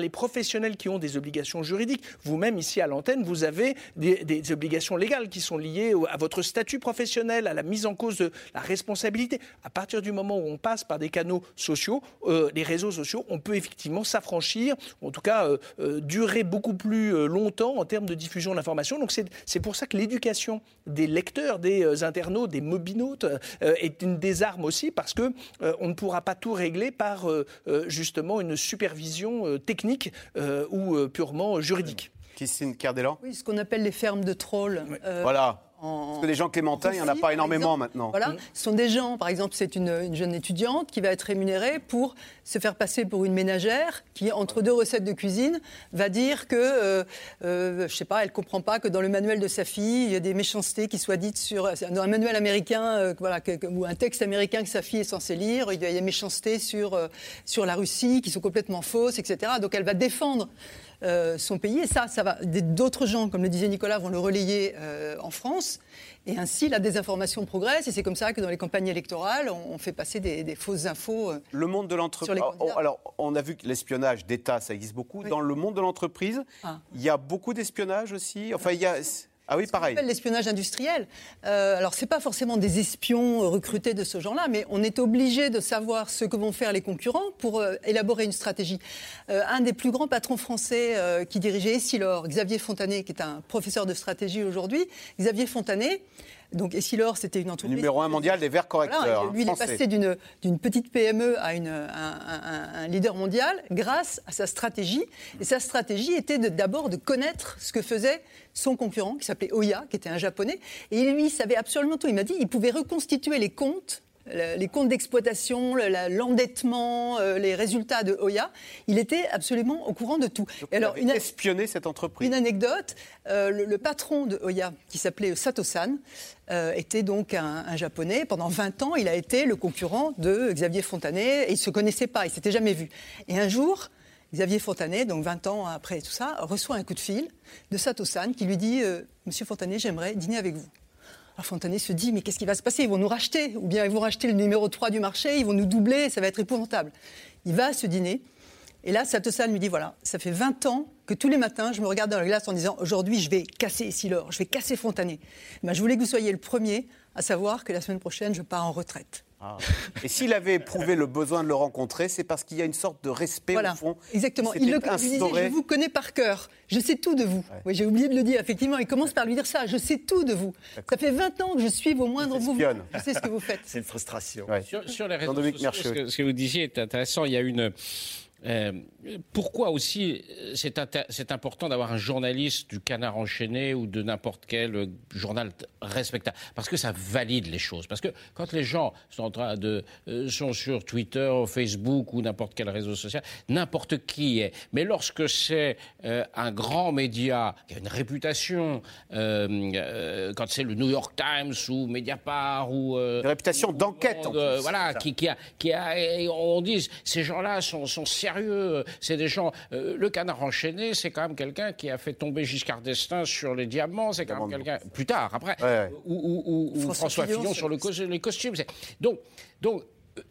les professionnels qui ont des obligations juridiques. Vous-même, ici à l'antenne, vous avez des, des obligations légales qui sont liées au, à votre statut professionnel, à la mise en cause de la responsabilité. À partir du moment où on passe par des canaux sociaux, euh, les réseaux sociaux, on peut effectivement s'affranchir, en tout cas euh, euh, durer beaucoup plus euh, longtemps en termes de diffusion d'informations. Donc c'est, c'est pour ça que l'éducation des lecteurs, des euh, internautes, des mobinautes euh, est une des armes aussi, parce que euh, on ne pourra pas tout régler par euh, euh, justement une supervision euh, technique euh, ou euh, purement juridique. Christine Kerdelan. Oui, ce qu'on appelle les fermes de trolls. Euh, voilà. En... Parce que des gens clémentins, il n'y en a pas énormément exemple, maintenant. Voilà, ce sont des gens, par exemple, c'est une, une jeune étudiante qui va être rémunérée pour se faire passer pour une ménagère qui, entre deux recettes de cuisine, va dire que, euh, euh, je ne sais pas, elle ne comprend pas que dans le manuel de sa fille, il y a des méchancetés qui soient dites sur... Dans un manuel américain, euh, voilà, que, ou un texte américain que sa fille est censée lire, il y a des méchancetés sur, euh, sur la Russie qui sont complètement fausses, et cetera. Donc elle va défendre Euh, son pays, et ça, ça va. D'autres gens, comme le disait Nicolas, vont le relayer euh, en France, et ainsi la désinformation progresse, et c'est comme ça que dans les campagnes électorales, on, on fait passer des, des fausses infos. Euh, le monde de l'entreprise. Oh, alors, on a vu que l'espionnage d'État, ça existe beaucoup. Oui. Dans le monde de l'entreprise, ah. il y a beaucoup d'espionnage aussi. Enfin, il y a. Ah oui, pareil. Ce qu'on appelle l'espionnage industriel. Euh, alors, ce n'est pas forcément des espions recrutés de ce genre-là, mais on est obligé de savoir ce que vont faire les concurrents pour euh, élaborer une stratégie. Euh, un des plus grands patrons français euh, qui dirigeait Essilor, Xavier Fontanet, qui est un professeur de stratégie aujourd'hui, Xavier Fontanet, donc Essilor, c'était une entreprise... Le numéro un mondial des verres correcteurs. Voilà, lui, hein, il est passé d'une, d'une petite P M E à une, un, un, un leader mondial grâce à sa stratégie. Et sa stratégie était de, d'abord de connaître ce que faisait son concurrent, qui s'appelait Oya, qui était un japonais. Et lui, il savait absolument tout. Il m'a dit qu'il pouvait reconstituer les comptes, les comptes d'exploitation, l'endettement, les résultats de Oya. Il était absolument au courant de tout. Donc, et alors, une espionné cette entreprise. Une anecdote, euh, le, le patron de Oya, qui s'appelait Sato-san, euh, était donc un, un japonais. Pendant vingt ans, il a été le concurrent de Xavier Fontanet, et ils ne se connaissaient pas, ils ne s'étaient jamais vus. Et un jour, Xavier Fontanet, donc vingt ans après tout ça, reçoit un coup de fil de Sato-san qui lui dit euh, « Monsieur Fontanet, j'aimerais dîner avec vous ». Alors Fontanet se dit, mais qu'est-ce qui va se passer ? Ils vont nous racheter, ou bien ils vont racheter le numéro trois du marché, ils vont nous doubler, ça va être épouvantable. Il va à ce dîner, et là, Sato-san lui dit, voilà, ça fait vingt ans que tous les matins, je me regarde dans la glace en disant, aujourd'hui, je vais casser Essilor, je vais casser Fontanet. Ben, je voulais que vous soyez le premier à savoir que la semaine prochaine, je pars en retraite. Ah. Et s'il avait éprouvé le besoin de le rencontrer, c'est parce qu'il y a une sorte de respect voilà, au fond. Exactement. Il le disait, je vous connais par cœur, je sais tout de vous. Ouais. Oui, j'ai oublié de le dire, effectivement. Il commence par lui dire ça, je sais tout de vous. D'accord. Ça fait vingt ans que je suis vos moindres mouvements. Je sais ce que vous faites. C'est une frustration. Ouais. Sur, sur les réseaux sociaux, ce que, ce que vous disiez est intéressant. Il y a une... Euh, pourquoi aussi c'est, inter- c'est important d'avoir un journaliste du Canard enchaîné ou de n'importe quel journal respectable ? Parce que ça valide les choses. Parce que quand les gens sont en train de euh, sont sur Twitter, Facebook ou n'importe quel réseau social, n'importe qui est. Mais lorsque c'est euh, un grand média qui a une réputation, euh, euh, quand c'est le New York Times ou Mediapart ou euh, une réputation ou, d'enquête, en euh, plus, voilà, qui, qui a, qui a, et on dit ces gens-là sont, sont sérieux. C'est des gens. Euh, le Canard enchaîné, c'est quand même quelqu'un qui a fait tomber Giscard d'Estaing sur les diamants. C'est quand même quelqu'un plus tard, après, ouais, ouais. ou, ou, ou, ou François, François Fillon, Fillon sur le co- les costumes. C'est... Donc, donc euh,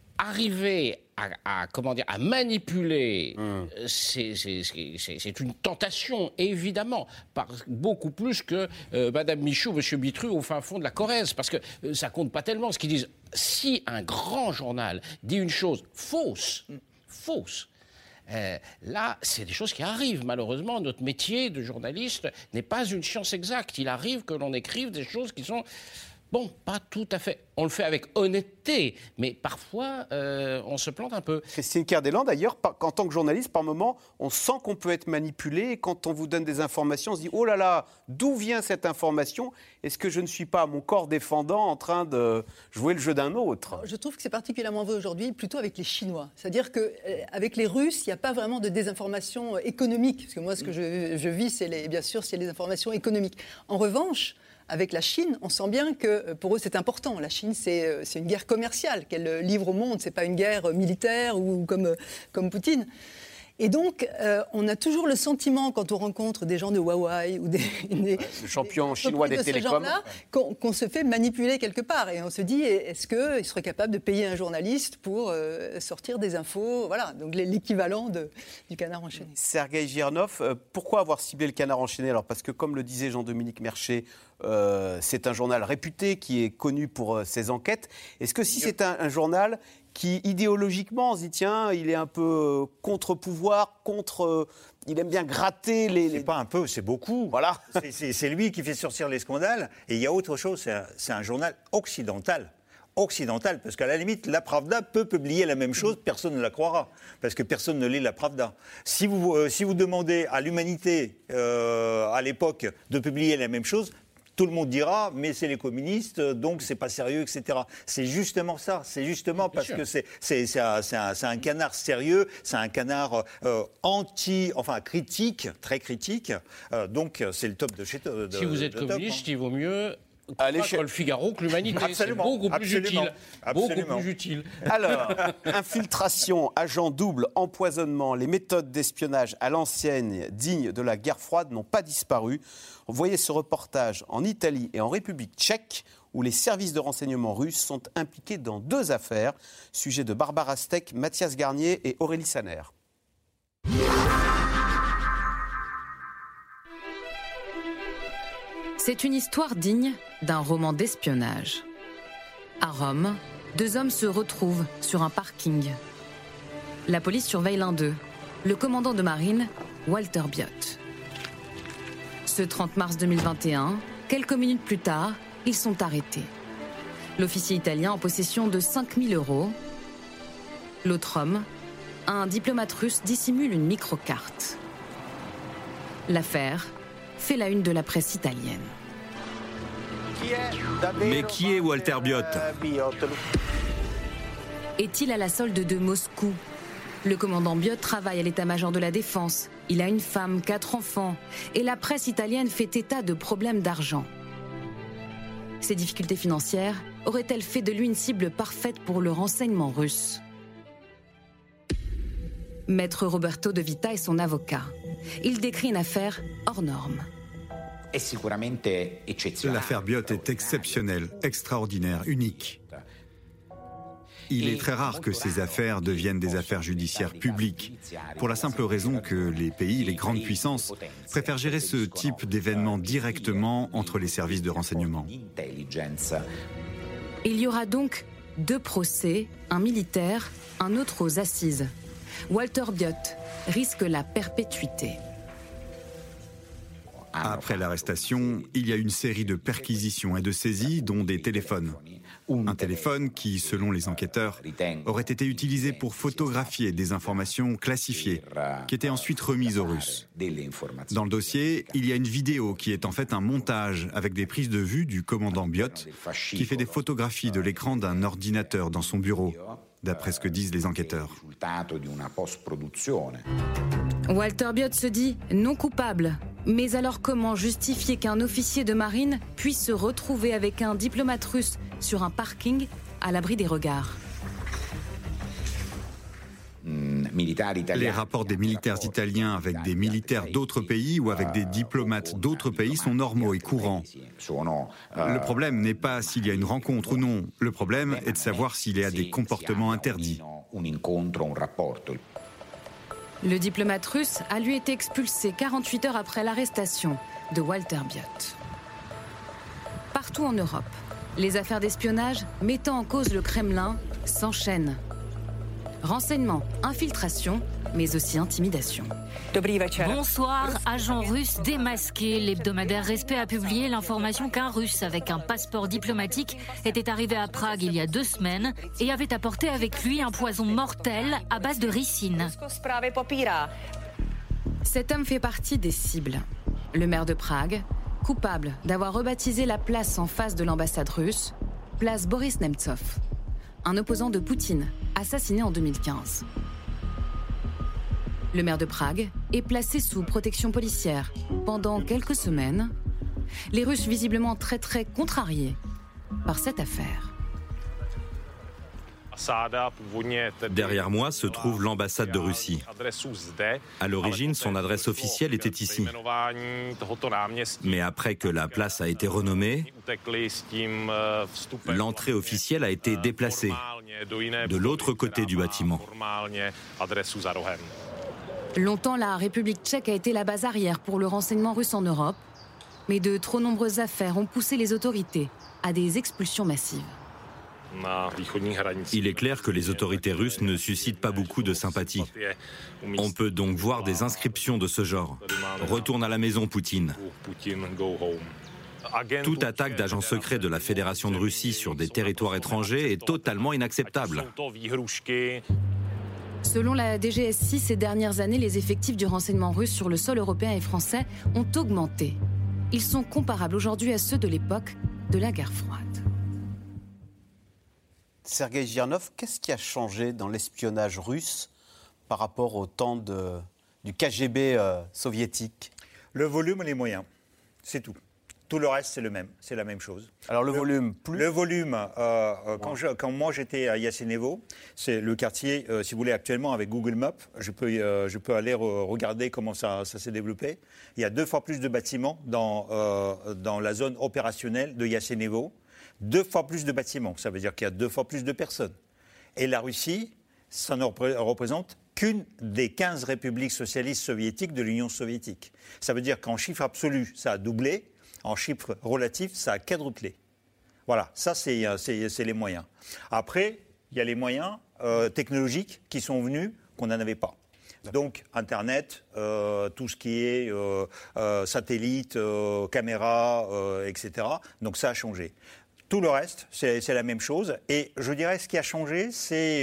arriver à, à comment dire à manipuler, mmh. c'est, c'est, c'est, c'est une tentation évidemment, par beaucoup plus que euh, Madame Michaud, Monsieur Bitru au fin fond de la Corrèze, parce que euh, ça compte pas tellement. Ce qu'ils disent, si un grand journal dit une chose fausse. Mmh. fausse. Euh, là, c'est des choses qui arrivent. Malheureusement, notre métier de journaliste n'est pas une science exacte. Il arrive que l'on écrive des choses qui sont, bon, pas tout à fait. On le fait avec honnêteté, mais parfois, euh, on se plante un peu. Christine Kerdelan, d'ailleurs, en tant que journaliste, par moment, on sent qu'on peut être manipulé. Et quand on vous donne des informations, on se dit, oh là là, d'où vient cette information ? Est-ce que je ne suis pas, à mon corps défendant, en train de jouer le jeu d'un autre ? Alors, je trouve que c'est particulièrement vrai aujourd'hui, plutôt avec les Chinois. C'est-à-dire qu'avec les Russes, il n'y a pas vraiment de désinformation économique. Parce que moi, ce que je, je vis, c'est les, bien sûr, c'est les informations économiques. En revanche, avec la Chine, on sent bien que pour eux, c'est important. La Chine, c'est, c'est une guerre commerciale qu'elle livre au monde. Ce n'est pas une guerre militaire ou comme, comme Poutine. Et donc, euh, on a toujours le sentiment, quand on rencontre des gens de Huawei ou des, des le champion des chinois des de télécoms, qu'on, qu'on se fait manipuler quelque part. Et on se dit, est-ce qu'ils seraient capables de payer un journaliste pour euh, sortir des infos? Voilà, donc l'équivalent de, du canard enchaîné. Sergueï Girnov, euh, pourquoi avoir ciblé le canard enchaîné? Alors, parce que, comme le disait Jean-Dominique Merchet, euh, c'est un journal réputé qui est connu pour euh, ses enquêtes. Est-ce que si c'est un, un journal qui, idéologiquement, on se dit, tiens, il est un peu contre-pouvoir, contre... Euh, il aime bien gratter les... les... C'est pas un peu, c'est beaucoup. Voilà. c'est, c'est, c'est lui qui fait sortir les scandales. Et il y a autre chose, c'est un, c'est un journal occidental. Occidental, parce qu'à la limite, la Pravda peut publier la même chose, personne ne la croira, parce que personne ne lit la Pravda. Si vous, euh, si vous demandez à l'humanité, euh, à l'époque, de publier la même chose, tout le monde dira, mais c'est les communistes, donc c'est pas sérieux, et cetera. C'est justement ça, c'est justement Bien parce sûr. que c'est, c'est, c'est, un, c'est, un, c'est un canard sérieux, c'est un canard euh, anti, enfin critique, très critique, euh, donc c'est le top de chez de, Si vous êtes communiste, top, hein. il vaut mieux... Allez chez le Figaro que l'Humanité, Absolument. c'est beaucoup plus Absolument. utile. Absolument. Beaucoup plus utile. Alors, infiltration, agent double, empoisonnement, les méthodes d'espionnage à l'ancienne, dignes de la guerre froide, n'ont pas disparu. On voyait ce reportage en Italie et en République tchèque, où les services de renseignement russes sont impliqués dans deux affaires. Sujet de Barbara Steck, Mathias Garnier et Aurélie Saner. C'est une histoire digne d'un roman d'espionnage. À Rome, deux hommes se retrouvent sur un parking. La police surveille l'un d'eux, le commandant de marine, Walter Biot. Ce trente mars deux mille vingt et un, quelques minutes plus tard, ils sont arrêtés. L'officier italien en possession de cinq mille euros. L'autre homme, un diplomate russe, dissimule une microcarte. L'affaire fait la une de la presse italienne. Mais qui est Walter Biot? Est-il à la solde de Moscou? Le commandant Biot travaille à l'état-major de la Défense. Il a une femme, quatre enfants. Et la presse italienne fait état de problèmes d'argent. Ces difficultés financières auraient-elles fait de lui une cible parfaite pour le renseignement russe? Maître Roberto De Vita est son avocat. Il décrit une affaire hors norme. L'affaire Biot est exceptionnelle, extraordinaire, unique. Il est très rare que ces affaires deviennent des affaires judiciaires publiques, pour la simple raison que les pays, les grandes puissances, préfèrent gérer ce type d'événements directement entre les services de renseignement. Il y aura donc deux procès, un militaire, un autre aux assises. Walter Biot risque la perpétuité. Après l'arrestation, il y a une série de perquisitions et de saisies, dont des téléphones. Un téléphone qui, selon les enquêteurs, aurait été utilisé pour photographier des informations classifiées, qui étaient ensuite remises aux Russes. Dans le dossier, il y a une vidéo qui est en fait un montage avec des prises de vue du commandant Biot, qui fait des photographies de l'écran d'un ordinateur dans son bureau, d'après ce que disent les enquêteurs. Walter Biot se dit non coupable. Mais alors comment justifier qu'un officier de marine puisse se retrouver avec un diplomate russe sur un parking à l'abri des regards? Les rapports des militaires italiens avec des militaires d'autres pays ou avec des diplomates d'autres pays sont normaux et courants. Le problème n'est pas s'il y a une rencontre ou non. Le problème est de savoir s'il y a des comportements interdits. Le diplomate russe a lui été expulsé quarante-huit heures après l'arrestation de Walter Biot. Partout en Europe, les affaires d'espionnage mettant en cause le Kremlin s'enchaînent. Renseignements, infiltration, mais aussi intimidation. Bonsoir, agent russe démasqué. L'hebdomadaire Respect a publié l'information qu'un Russe avec un passeport diplomatique était arrivé à Prague il y a deux semaines et avait apporté avec lui un poison mortel à base de ricine. Cet homme fait partie des cibles. Le maire de Prague, coupable d'avoir rebaptisé la place en face de l'ambassade russe, place Boris Nemtsov, un opposant de Poutine, assassiné en deux mille quinze. Le maire de Prague est placé sous protection policière pendant quelques semaines. Les Russes visiblement très très contrariés par cette affaire. Derrière moi se trouve l'ambassade de Russie. À l'origine, son adresse officielle était ici. Mais après que la place a été renommée, l'entrée officielle a été déplacée de l'autre côté du bâtiment. Longtemps, la République tchèque a été la base arrière pour le renseignement russe en Europe, mais de trop nombreuses affaires ont poussé les autorités à des expulsions massives. Il est clair que les autorités russes ne suscitent pas beaucoup de sympathie. On peut donc voir des inscriptions de ce genre. Retourne à la maison, Poutine. Toute attaque d'agents secrets de la Fédération de Russie sur des territoires étrangers est totalement inacceptable. Selon la D G S I, ces dernières années, les effectifs du renseignement russe sur le sol européen et français ont augmenté. Ils sont comparables aujourd'hui à ceux de l'époque de la guerre froide. Sergueï Girnov, qu'est-ce qui a changé dans l'espionnage russe par rapport au temps de, du K G B euh, soviétique? Le volume et les moyens, c'est tout. Tout le reste, c'est le même, c'est la même chose. Alors le, le volume, plus Le volume, euh, ouais. quand, je, quand moi j'étais à Yasenevo, c'est le quartier, euh, si vous voulez, actuellement avec Google Maps, je peux, euh, je peux aller re- regarder comment ça, ça s'est développé. Il y a deux fois plus de bâtiments dans, euh, dans la zone opérationnelle de Yasenevo, deux fois plus de bâtiments, ça veut dire qu'il y a deux fois plus de personnes. Et la Russie, ça ne représente qu'une des quinze républiques socialistes soviétiques de l'Union soviétique. Ça veut dire qu'en chiffre absolu, ça a doublé. En chiffres relatifs, ça a quadruplé. Voilà, ça, c'est, c'est, c'est les moyens. Après, il y a les moyens euh, technologiques qui sont venus qu'on n'en avait pas. Donc, Internet, euh, tout ce qui est euh, euh, satellite, euh, caméra, euh, et cetera. Donc, ça a changé. Tout le reste, c'est, c'est la même chose. Et je dirais, ce qui a changé, c'est...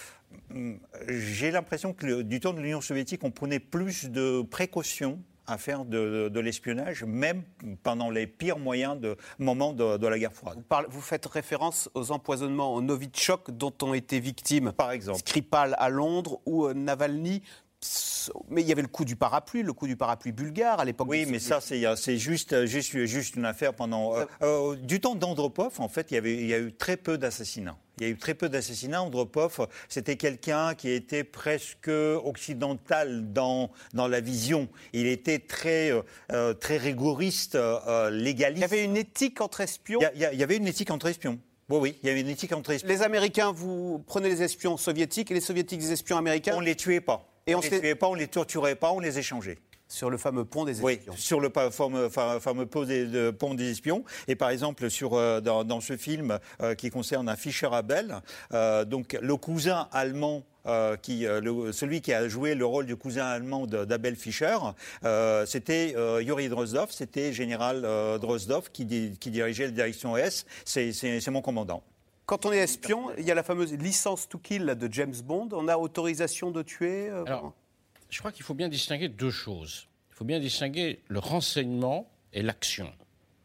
Euh, j'ai l'impression que le, du temps de l'Union soviétique, on prenait plus de précautions à faire de, de, de l'espionnage, même pendant les pires moyens de, moments de, de la guerre froide. Vous, parlez, vous faites référence aux empoisonnements au Novichok dont ont été victimes, par exemple, Skripal à Londres ou euh, Navalny. Mais il y avait le coup du parapluie, le coup du parapluie bulgare à l'époque. Oui, mais ça, c'est, c'est juste, juste, juste une affaire pendant... Euh, euh, du temps d'Andropov, en fait, il y, avait, il y a eu très peu d'assassinats. Il y a eu très peu d'assassinats. Andropov, c'était quelqu'un qui était presque occidental dans, dans la vision. Il était très, euh, très rigoriste, euh, légaliste. Il y avait une éthique entre espions. Il y, a, il y avait une éthique entre espions. Oui, oui, il y avait une éthique entre espions. Les Américains, vous prenez les espions soviétiques et les soviétiques des espions américains. On ne les tuait pas. Et on ne les tuait pas, on ne les torturait pas, on les échangeait. Sur le fameux pont des espions. Oui, sur le fameux, fameux pont, des, de, pont des espions. Et par exemple, sur, euh, dans, dans ce film euh, qui concerne un Fischer Abel, euh, donc le cousin allemand, euh, qui, euh, le, celui qui a joué le rôle du cousin allemand de, d'Abel Fischer, euh, c'était euh, Yuri Drozdov, c'était général euh, Drozdov qui, di, qui dirigeait la direction S. C'est, c'est, c'est mon commandant. Quand on est espion, il y a la fameuse licence to kill de James Bond. On a autorisation de tuer euh, Alors, je crois qu'il faut bien distinguer deux choses. Il faut bien distinguer le renseignement et l'action.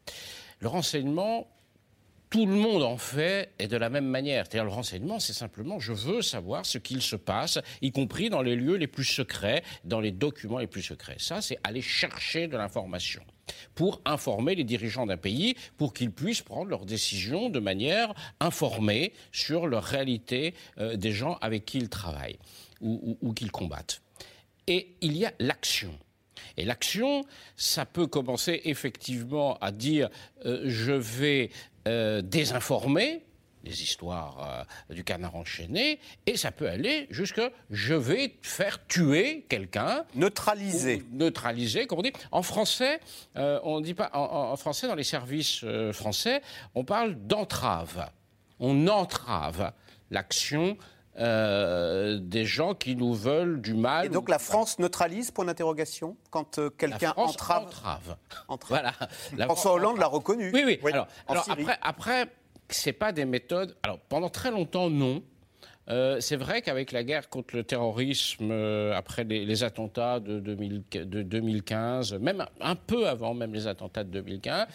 Le renseignement, tout le monde en fait et de la même manière. C'est-à-dire le renseignement, c'est simplement je veux savoir ce qu'il se passe, y compris dans les lieux les plus secrets, dans les documents les plus secrets. Ça, c'est aller chercher de l'information pour informer les dirigeants d'un pays, pour qu'ils puissent prendre leurs décisions de manière informée sur la réalité euh, des gens avec qui ils travaillent ou, ou, ou qu'ils combattent. Et il y a l'action. Et l'action, ça peut commencer effectivement à dire euh, je vais euh, désinformer les histoires euh, du canard enchaîné, et ça peut aller jusqu'à je vais faire tuer quelqu'un. Neutraliser. Neutraliser, comme on dit. En français, euh, on dit pas. En, en français, dans les services euh, français, on parle d'entrave. On entrave l'action Euh, des gens qui nous veulent du mal. Et donc la France neutralise, point d'interrogation, quand euh, quelqu'un la France entrave. entrave. entrave. Voilà. La François Hollande entrave. L'a reconnu. Oui, oui. oui. Alors, alors après, après, c'est pas des méthodes. Alors pendant très longtemps, non. Euh, c'est vrai qu'avec la guerre contre le terrorisme, euh, après les, les attentats de, deux mille, de deux mille quinze, même un peu avant même les attentats de deux mille quinze.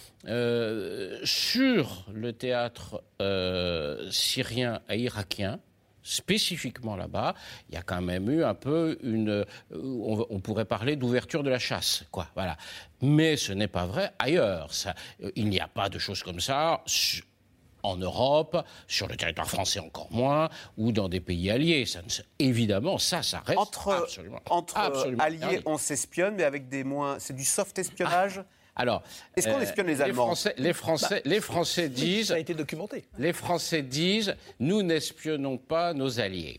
Euh, sur le théâtre euh, syrien et irakien, spécifiquement là-bas, il y a quand même eu un peu une... On, on pourrait parler d'ouverture de la chasse, quoi, voilà. Mais ce n'est pas vrai ailleurs. Ça, il n'y a pas de choses comme ça en Europe, sur le territoire français encore moins, ou dans des pays alliés. Ça, évidemment, ça, ça reste entre, absolument, entre absolument alliés, interdit. On s'espionne, mais avec des moins... C'est du soft espionnage. Ah. Alors, est-ce qu'on espionne les Allemands ? Les Français, les Français, bah, les Français disent... Ça a été documenté. Les Français disent, nous n'espionnons pas nos alliés.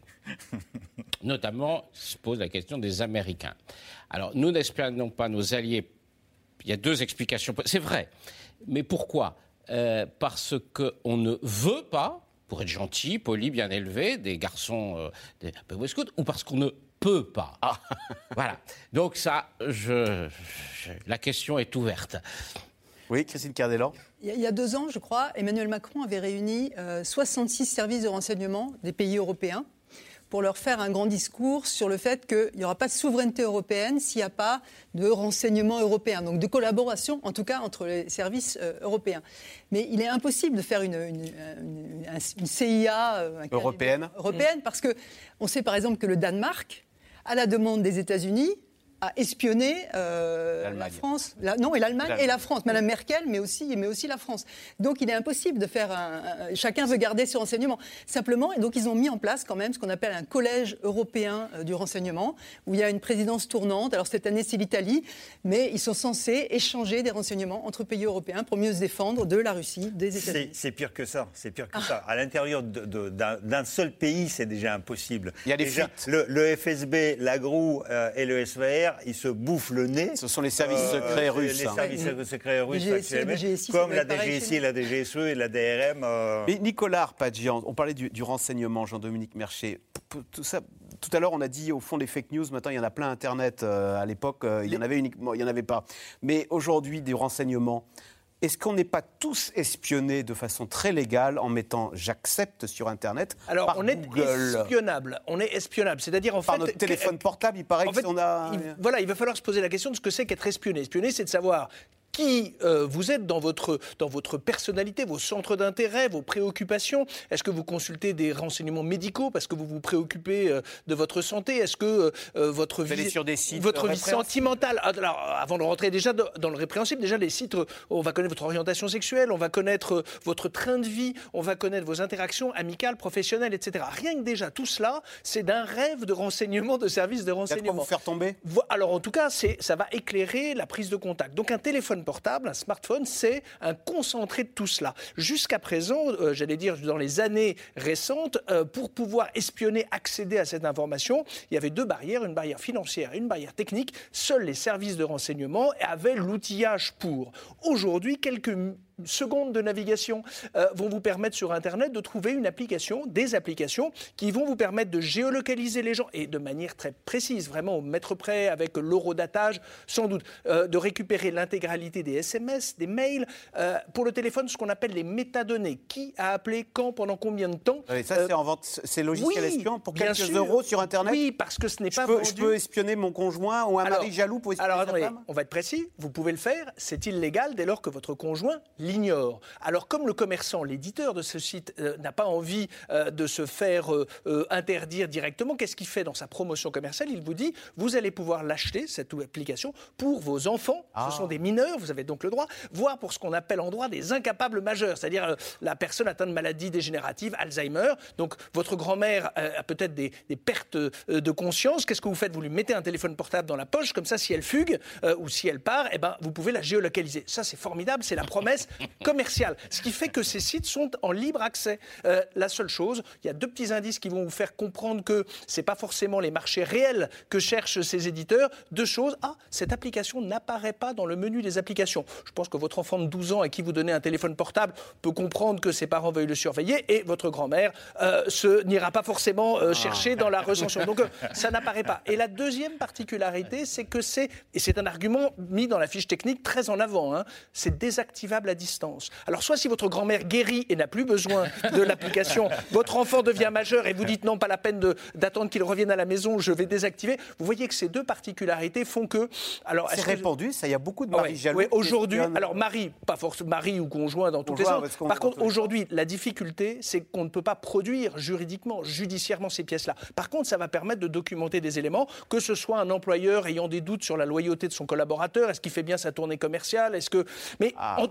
Notamment, se pose la question des Américains. Alors, nous n'espionnons pas nos alliés. Il y a deux explications. C'est vrai. Mais pourquoi ? euh, Parce qu'on ne veut pas, pour être gentil, poli, bien élevé, des garçons euh, des Boy Scouts, ou parce qu'on ne peut pas. Ah. Voilà. Donc ça, je, je, la question est ouverte. Oui, Christine Cardellan. Il y a deux ans, je crois, Emmanuel Macron avait réuni euh, soixante-six services de renseignement des pays européens pour leur faire un grand discours sur le fait qu'il n'y aura pas de souveraineté européenne s'il n'y a pas de renseignement européen, donc de collaboration, en tout cas, entre les services euh, européens. Mais il est impossible de faire une, une, une, une C I A euh, un européenne, européenne mmh. parce qu'on sait par exemple que le Danemark, à la demande des États-Unis, a espionné euh, la France, la, non, et l'Allemagne et la France, Madame Merkel, mais aussi, mais aussi la France. Donc il est impossible de faire un, un, chacun veut garder ses renseignements. Simplement, et donc ils ont mis en place quand même ce qu'on appelle un collège européen euh, du renseignement, où il y a une présidence tournante. Alors cette année c'est l'Italie, mais ils sont censés échanger des renseignements entre pays européens pour mieux se défendre de la Russie, des États-Unis. C'est, c'est pire que ça, c'est pire que ah. ça. À l'intérieur de, de, d'un, d'un seul pays, c'est déjà impossible. Il y a des déjà, le, le F S B, la G R U euh, et le S V R, ils se bouffent le nez. Ce sont les services euh, secrets russes. Les hein. services oui. secrets russes, G S I, actuellement, G S I, comme la D G S I, la D G S E et la D R M. Euh... Mais Nicolas Arpadjian, on parlait du, du renseignement, Jean-Dominique Merchet. Tout, ça, tout à l'heure, on a dit, au fond, des fake news. Maintenant, il y en a plein Internet. Euh, à l'époque, euh, il y en avait uniquement, il y en avait pas. Mais aujourd'hui, du renseignement... Est-ce qu'on n'est pas tous espionnés de façon très légale en mettant « j'accepte » sur Internet Alors, par on est Google. espionnable. On est espionnable. C'est-à-dire, en par fait... notre téléphone portable, il paraît en fait, qu'on a... Il, voilà, il va falloir se poser la question de ce que c'est qu'être espionné. Espionné, c'est de savoir... qui euh, vous êtes dans votre, dans votre personnalité, vos centres d'intérêt, vos préoccupations. Est-ce que vous consultez des renseignements médicaux parce que vous vous préoccupez euh, de votre santé ? Est-ce que euh, votre vous vie, sur des sites votre vie sentimentale... Alors, avant de rentrer déjà dans le répréhensible, déjà les sites, on va connaître votre orientation sexuelle, on va connaître votre train de vie, on va connaître vos interactions amicales, professionnelles, et cetera. Rien que déjà, tout cela, c'est d'un rêve de renseignement, de services de renseignement. Vous faire tomber ? Alors, en tout cas, c'est, ça va éclairer la prise de contact. Donc, un téléphone portable, un smartphone, c'est un concentré de tout cela. Jusqu'à présent, euh, j'allais dire dans les années récentes, euh, pour pouvoir espionner, accéder à cette information, il y avait deux barrières, une barrière financière et une barrière technique. Seuls les services de renseignement avaient l'outillage pour. Aujourd'hui, quelques secondes de navigation euh, vont vous permettre sur Internet de trouver une application, des applications qui vont vous permettre de géolocaliser les gens et de manière très précise, vraiment au mètre près, avec l'horodatage, sans doute, euh, de récupérer l'intégralité des S M S, des mails. Euh, pour le téléphone, ce qu'on appelle les métadonnées. Qui a appelé, quand, pendant combien de temps ? Et ça, euh, c'est en vente, c'est logiciel oui, espion pour quelques sûr. euros sur Internet ? Oui, parce que ce n'est je pas peux, vendu. Je peux espionner mon conjoint ou un alors, mari jaloux pour espionner alors, sa attendez, femme ? On va être précis. Vous pouvez le faire. C'est illégal dès lors que votre conjoint l'ignore. Alors, comme le commerçant, l'éditeur de ce site euh, n'a pas envie euh, de se faire euh, euh, interdire directement, qu'est-ce qu'il fait dans sa promotion commerciale ? Il vous dit, vous allez pouvoir l'acheter, cette application, pour vos enfants. Ah. Ce sont des mineurs, vous avez donc le droit, voire pour ce qu'on appelle en droit des incapables majeurs, c'est-à-dire euh, la personne atteinte de maladies dégénératives, Alzheimer. Donc, votre grand-mère euh, a peut-être des, des pertes euh, de conscience. Qu'est-ce que vous faites ? Vous lui mettez un téléphone portable dans la poche, comme ça, si elle fugue euh, ou si elle part, eh ben, vous pouvez la géolocaliser. Ça, c'est formidable, c'est la promesse commerciale. Ce qui fait que ces sites sont en libre accès. Euh, la seule chose, il y a deux petits indices qui vont vous faire comprendre que ce n'est pas forcément les marchés réels que cherchent ces éditeurs. Deux choses. Ah, cette application n'apparaît pas dans le menu des applications. Je pense que votre enfant de douze ans à qui vous donnez un téléphone portable peut comprendre que ses parents veuillent le surveiller et votre grand-mère euh, se, n'ira pas forcément euh, chercher ah. dans la recension. Donc, euh, ça n'apparaît pas. Et la deuxième particularité, c'est que c'est, et c'est un argument mis dans la fiche technique très en avant, hein, c'est désactivable à distance. Alors, soit si votre grand-mère guérit et n'a plus besoin de l'application, votre enfant devient majeur et vous dites non, pas la peine de, d'attendre qu'il revienne à la maison, je vais désactiver. Vous voyez que ces deux particularités font que... Alors, c'est répandu, que... ça, il y a beaucoup de maris ouais, jaloux. Oui, aujourd'hui, alors mari, pas forcément mari ou conjoint dans toutes conjoint, les sortes. Par contre, aujourd'hui, la difficulté, c'est qu'on ne peut pas produire juridiquement, judiciairement ces pièces-là. Par contre, ça va permettre de documenter des éléments, que ce soit un employeur ayant des doutes sur la loyauté de son collaborateur, est-ce qu'il fait bien sa tournée commerciale, est-ce que... Mais ah. en tout cas, l'outil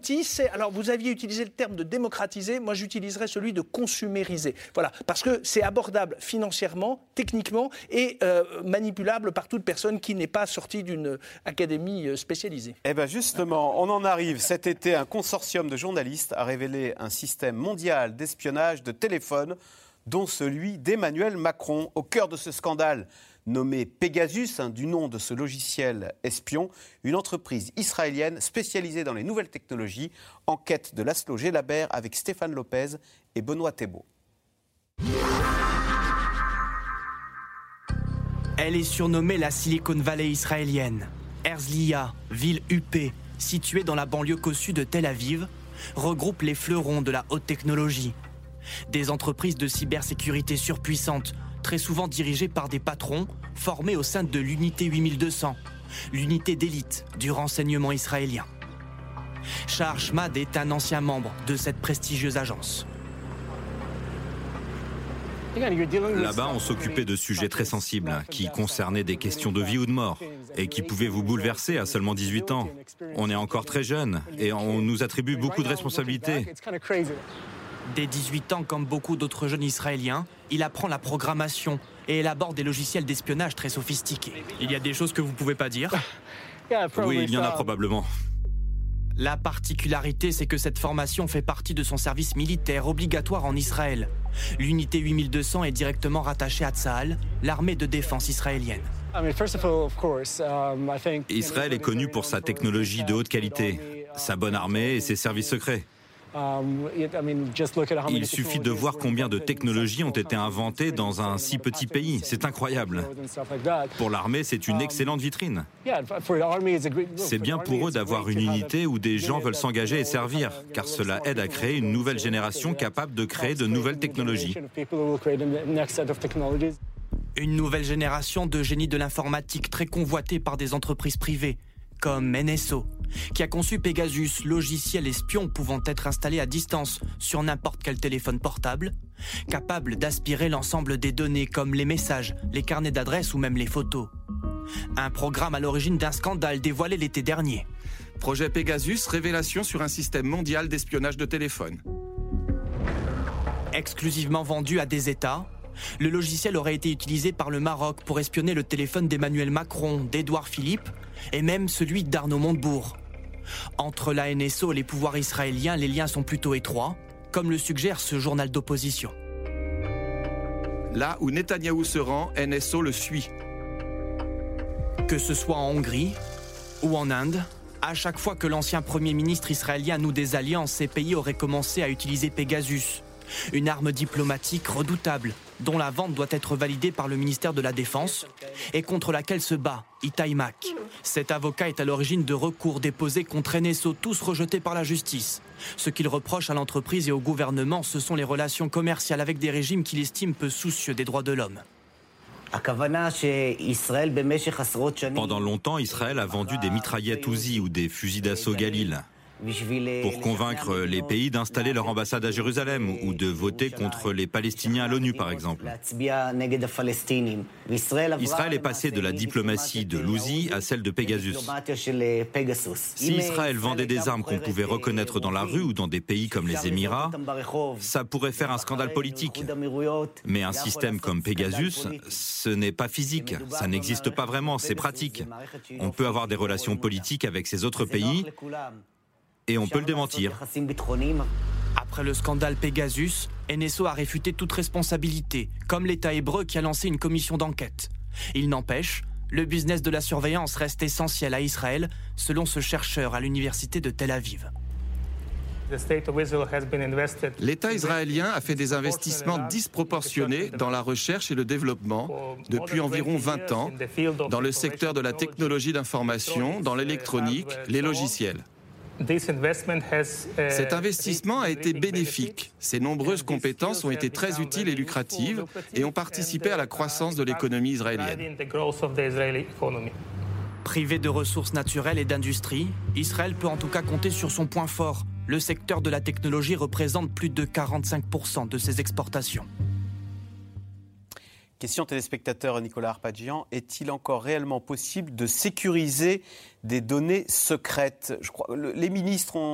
outil, c'est... Alors, vous aviez utilisé le terme de démocratiser, moi j'utiliserais celui de consumériser. Voilà, parce que c'est abordable financièrement, techniquement, et euh, manipulable par toute personne qui n'est pas sortie d'une académie spécialisée. Eh bien justement, on en arrive. Cet été, un consortium de journalistes a révélé un système mondial d'espionnage de téléphone, dont celui d'Emmanuel Macron. Au cœur de ce scandale, nommé Pegasus, hein, du nom de ce logiciel espion, une entreprise israélienne spécialisée dans les nouvelles technologies, enquête de Laszlo Gelabert avec Stéphane Lopez et Benoît Thébault. Elle est surnommée la Silicon Valley israélienne. Herzliya, ville huppée, située dans la banlieue cossue de Tel Aviv, regroupe les fleurons de la haute technologie. Des entreprises de cybersécurité surpuissantes, très souvent dirigées par des patrons formés au sein de l'unité huit mille deux cents, l'unité d'élite du renseignement israélien. Shahar Shmad est un ancien membre de cette prestigieuse agence. Là-bas, on s'occupait de sujets très sensibles, qui concernaient des questions de vie ou de mort, et qui pouvaient vous bouleverser à seulement dix-huit ans. On est encore très jeunes, et on nous attribue beaucoup de responsabilités. Dès dix-huit ans, comme beaucoup d'autres jeunes Israéliens, il apprend la programmation et élabore des logiciels d'espionnage très sophistiqués. Il y a des choses que vous ne pouvez pas dire? Oui, il y en a probablement. La particularité, c'est que cette formation fait partie de son service militaire obligatoire en Israël. L'unité huit mille deux cents est directement rattachée à Tsahal, l'armée de défense israélienne. Israël est connu pour sa technologie de haute qualité, sa bonne armée et ses services secrets. Il suffit de voir combien de technologies ont été inventées dans un si petit pays. C'est incroyable. Pour l'armée, c'est une excellente vitrine. C'est bien pour eux d'avoir une unité où des gens veulent s'engager et servir, car cela aide à créer une nouvelle génération capable de créer de nouvelles technologies. Une nouvelle génération de génies de l'informatique très convoitée par des entreprises privées, comme N S O, qui a conçu Pegasus, logiciel espion pouvant être installé à distance sur n'importe quel téléphone portable, capable d'aspirer l'ensemble des données comme les messages, les carnets d'adresses ou même les photos. Un programme à l'origine d'un scandale dévoilé l'été dernier. Projet Pegasus, révélation sur un système mondial d'espionnage de téléphone. Exclusivement vendu à des États, le logiciel aurait été utilisé par le Maroc pour espionner le téléphone d'Emmanuel Macron, d'Édouard Philippe et même celui d'Arnaud Montebourg. Entre la N S O et les pouvoirs israéliens, les liens sont plutôt étroits, comme le suggère ce journal d'opposition. Là où Netanyahou se rend, N S O le suit. Que ce soit en Hongrie ou en Inde, à chaque fois que l'ancien Premier ministre israélien noue des alliances, ces pays auraient commencé à utiliser Pegasus. Une arme diplomatique redoutable, dont la vente doit être validée par le ministère de la Défense et contre laquelle se bat Itai Mak. Cet avocat est à l'origine de recours déposés contre N S O, tous rejetés par la justice. Ce qu'il reproche à l'entreprise et au gouvernement, ce sont les relations commerciales avec des régimes qu'il estime peu soucieux des droits de l'homme. Pendant longtemps, Israël a vendu des mitraillettes Uzi ou des fusils d'assaut Galil pour convaincre les pays d'installer leur ambassade à Jérusalem ou de voter contre les Palestiniens à l'ONU, par exemple. Israël est passé de la diplomatie de l'Uzi à celle de Pegasus. Si Israël vendait des armes qu'on pouvait reconnaître dans la rue ou dans des pays comme les Émirats, ça pourrait faire un scandale politique. Mais un système comme Pegasus, ce n'est pas physique, ça n'existe pas vraiment, c'est pratique. On peut avoir des relations politiques avec ces autres pays, et on peut le démentir. Après le scandale Pegasus, N S O a réfuté toute responsabilité, comme l'État hébreu qui a lancé une commission d'enquête. Il n'empêche, le business de la surveillance reste essentiel à Israël, selon ce chercheur à l'université de Tel Aviv. L'État israélien a fait des investissements disproportionnés dans la recherche et le développement depuis environ vingt ans, dans le secteur de la technologie d'information, dans l'électronique, les logiciels. Cet investissement a été bénéfique. Ces nombreuses compétences ont été très utiles et lucratives et ont participé à la croissance de l'économie israélienne. Privé de ressources naturelles et d'industrie, Israël peut en tout cas compter sur son point fort. Le secteur de la technologie représente plus de quarante-cinq pour cent de ses exportations. Question téléspectateur Nicolas Arpadjian, est-il encore réellement possible de sécuriser des données secrètes ? Je crois, le, les ministres ont,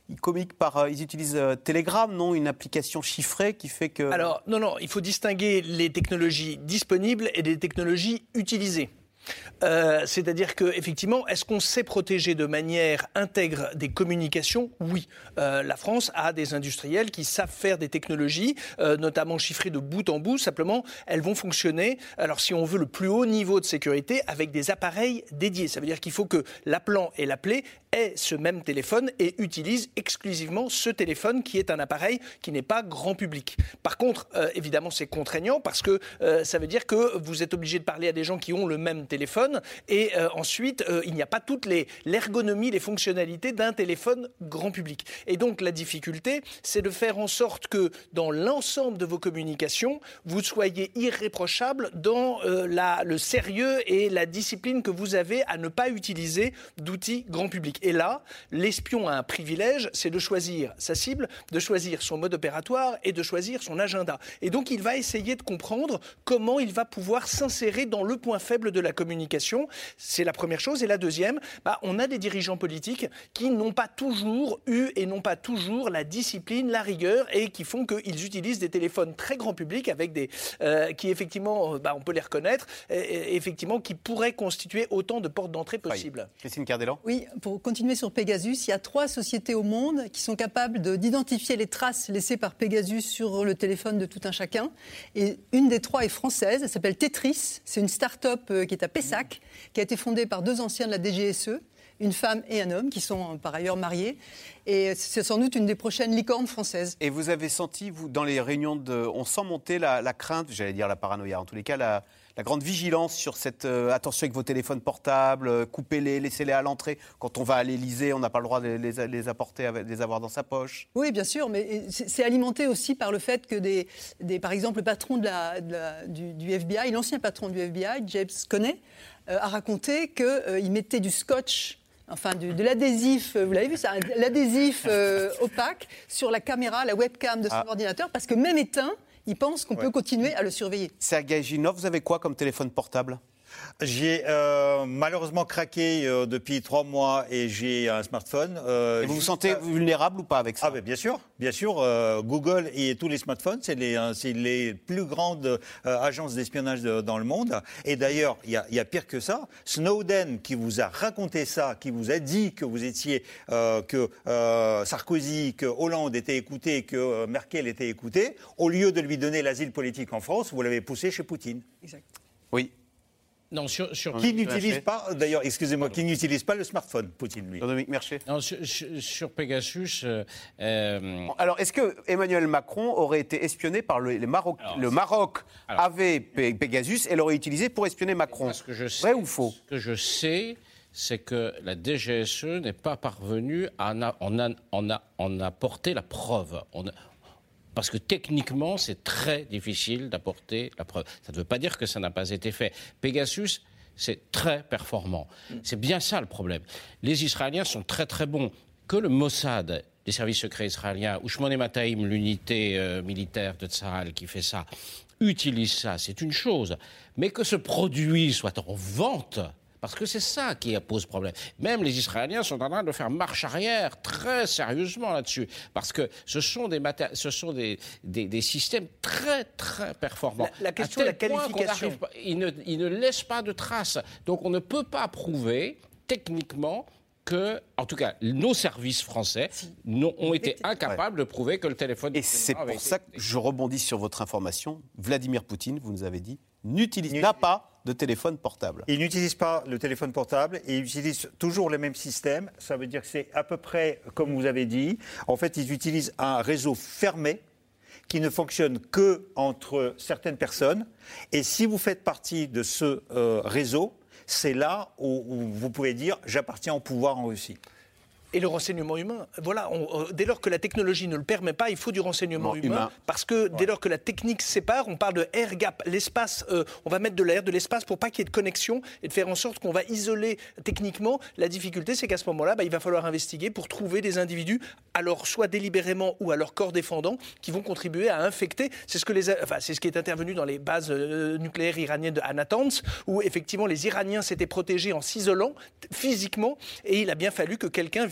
ils communiquent par, ils utilisent euh, Telegram, non, une application chiffrée qui fait que. Alors non, non, il faut distinguer les technologies disponibles et les technologies utilisées. Euh, c'est-à-dire qu'effectivement, est-ce qu'on sait protéger de manière intègre des communications ? Oui. Euh, la France a des industriels qui savent faire des technologies, euh, notamment chiffrées de bout en bout. Simplement, elles vont fonctionner, alors si on veut le plus haut niveau de sécurité, avec des appareils dédiés. Ça veut dire qu'il faut que l'appelant et l'appelé aient ce même téléphone et utilisent exclusivement ce téléphone qui est un appareil qui n'est pas grand public. Par contre, euh, évidemment, c'est contraignant parce que euh, ça veut dire que vous êtes obligé de parler à des gens qui ont le même téléphone. téléphone et euh, ensuite euh, il n'y a pas toute les, l'ergonomie, les fonctionnalités d'un téléphone grand public. Et donc la difficulté, c'est de faire en sorte que dans l'ensemble de vos communications, vous soyez irréprochable dans euh, la, le sérieux et la discipline que vous avez à ne pas utiliser d'outils grand public. Et là, l'espion a un privilège, c'est de choisir sa cible, de choisir son mode opératoire et de choisir son agenda. Et donc il va essayer de comprendre comment il va pouvoir s'insérer dans le point faible de la communication. C'est la première chose. Et la deuxième, bah, on a des dirigeants politiques qui n'ont pas toujours eu et n'ont pas toujours la discipline, la rigueur et qui font qu'ils utilisent des téléphones très grand public avec des, euh, qui effectivement, bah, on peut les reconnaître, et, et, effectivement, qui pourraient constituer autant de portes d'entrée possibles. Oui. Christine Cardellan ? Oui, pour continuer sur Pegasus, il y a trois sociétés au monde qui sont capables de, d'identifier les traces laissées par Pegasus sur le téléphone de tout un chacun. Et une des trois est française, elle s'appelle Tetris. C'est une start-up qui est à Pessac, qui a été fondée par deux anciens de la D G S E, une femme et un homme, qui sont par ailleurs mariés. Et c'est sans doute une des prochaines licornes françaises. Et vous avez senti, vous, dans les réunions, de, on sent monter la, la crainte, j'allais dire la paranoïa, en tous les cas, la, la grande vigilance sur cette euh, attention avec vos téléphones portables, euh, coupez-les, laissez-les à l'entrée. Quand on va à l'Élysée, on n'a pas le droit de les, les, les apporter, de les avoir dans sa poche. Oui, bien sûr, mais c'est, c'est alimenté aussi par le fait que, des, des, par exemple, le patron de la, de la, du, du F B I, l'ancien patron du F B I, James Comey, euh, a raconté qu'il euh, mettait du scotch, enfin du, de l'adhésif, vous l'avez vu ça, l'adhésif euh, opaque sur la caméra, la webcam de son ah. ordinateur, parce que même éteint, il pense qu'on ouais. peut continuer à le surveiller. Sergueï Ginov, vous avez quoi comme téléphone portable ? J'ai euh, malheureusement craqué euh, depuis trois mois et j'ai un smartphone. Euh, et vous vous sentez à... vulnérable ou pas avec ça ? Ah ben bien sûr, bien sûr. Euh, Google et tous les smartphones, c'est les, hein, c'est les plus grandes euh, agences d'espionnage de, dans le monde. Et d'ailleurs, il y, y a pire que ça. Snowden qui vous a raconté ça, qui vous a dit que vous étiez, euh, que euh, Sarkozy, que Hollande était écouté, que euh, Merkel était écoutée, au lieu de lui donner l'asile politique en France, vous l'avez poussé chez Poutine. Exact. Oui. Non, sur, sur... Qui n'utilise pas, d'ailleurs, excusez-moi, qui n'utilise pas le smartphone, Poutine, lui. Dominique Merchet. Non, sur, sur Pegasus... Euh, euh... Alors, est-ce que Emmanuel Macron aurait été espionné par le, les Maroc alors, le Maroc alors, avait Pegasus et l'aurait utilisé pour espionner Macron ? Ce que je sais, vrai ou faux ? Ce que je sais, c'est que la D G S E n'est pas parvenue à en, a, en, a, en, a, en apporter la preuve. On a, Parce que techniquement, c'est très difficile d'apporter la preuve. Ça ne veut pas dire que ça n'a pas été fait. Pegasus, c'est très performant. C'est bien ça le problème. Les Israéliens sont très très bons. Que le Mossad, les services secrets israéliens, ou Shmone Mataim, l'unité euh, militaire de Tsahal qui fait ça, utilise ça, c'est une chose. Mais que ce produit soit en vente... Parce que c'est ça qui pose problème. Même les Israéliens sont en train de faire marche arrière très sérieusement là-dessus. Parce que ce sont des, maté- ce sont des, des, des systèmes très, très performants. La, la question de la qualification. Pas, ils, ne, ils ne laissent pas de traces. Donc on ne peut pas prouver techniquement que, en tout cas, nos services français ont été incapables ouais. de prouver que le téléphone... Et c'est pour été... ça que je rebondis sur votre information. Vladimir Poutine, vous nous avez dit, n'utilise n'a pas de téléphone portable. Il n'utilise pas le téléphone portable et il utilise toujours le même système. Ça veut dire que c'est à peu près comme vous avez dit. En fait, ils utilisent un réseau fermé qui ne fonctionne que entre certaines personnes. Et si vous faites partie de ce euh, réseau, c'est là où, où vous pouvez dire « j'appartiens au pouvoir en Russie ». Et le renseignement humain, voilà, on, dès lors que la technologie ne le permet pas, il faut du renseignement humain, humain, parce que dès ouais. lors que la technique sépare, on parle de air gap, l'espace, euh, on va mettre de l'air, de l'espace pour pas qu'il y ait de connexion et de faire en sorte qu'on va isoler techniquement. La difficulté, c'est qu'à ce moment-là, bah, il va falloir investiguer pour trouver des individus, alors soit délibérément ou à leur corps défendant, qui vont contribuer à infecter. C'est ce que les, enfin, c'est ce qui est intervenu dans les bases euh, nucléaires iraniennes de Natanz, où effectivement les Iraniens s'étaient protégés en s'isolant physiquement, et il a bien fallu que quelqu'un vienne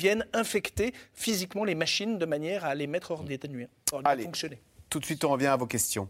viennent infecter physiquement les machines de manière à les mettre hors d'état de nuire, hors de Allez, fonctionner. Tout de suite, on revient à vos questions.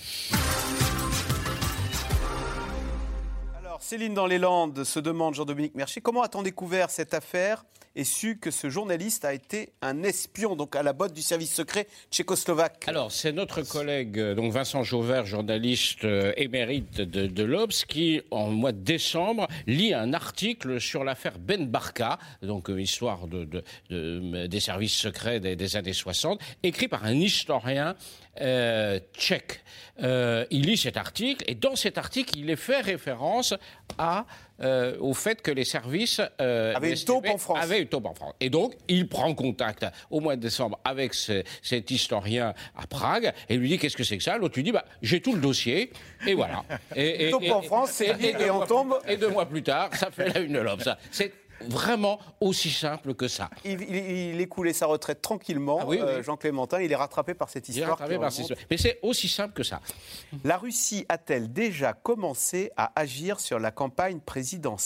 Alors, Céline dans les Landes se demande, Jean-Dominique Mercier, comment a-t-on découvert cette affaire et su que ce journaliste a été un espion, donc à la botte du service secret tchécoslovaque? Alors, c'est notre collègue, donc Vincent Jauvert, journaliste euh, émérite de, de l'Obs, qui, en mois de décembre, lit un article sur l'affaire Ben Barka, donc euh, histoire de, de, de, des services secrets des, des années soixante, écrit par un historien euh, tchèque. Euh, il lit cet article, et dans cet article, il est fait référence à... Euh, au fait que les services euh, avaient une taupe en France. Avaient une taupe en France. Et donc, il prend contact au mois de décembre avec ce, cet historien à Prague et lui dit qu'est-ce que c'est que ça. L'autre lui dit bah, j'ai tout le dossier et voilà. Et, et, taupe et, en France, c'est et, et, et on tombe. Et deux mois plus tard, ça fait la une de l'Obs. C'est vraiment aussi simple que ça. Il, il, il écoulait sa retraite tranquillement, ah oui, euh, oui. Jean Clémentin, il est rattrapé par cette histoire. Il est rattrapé par cette... Mais c'est aussi simple que ça. La Russie a-t-elle déjà commencé à agir sur la campagne présidentielle ?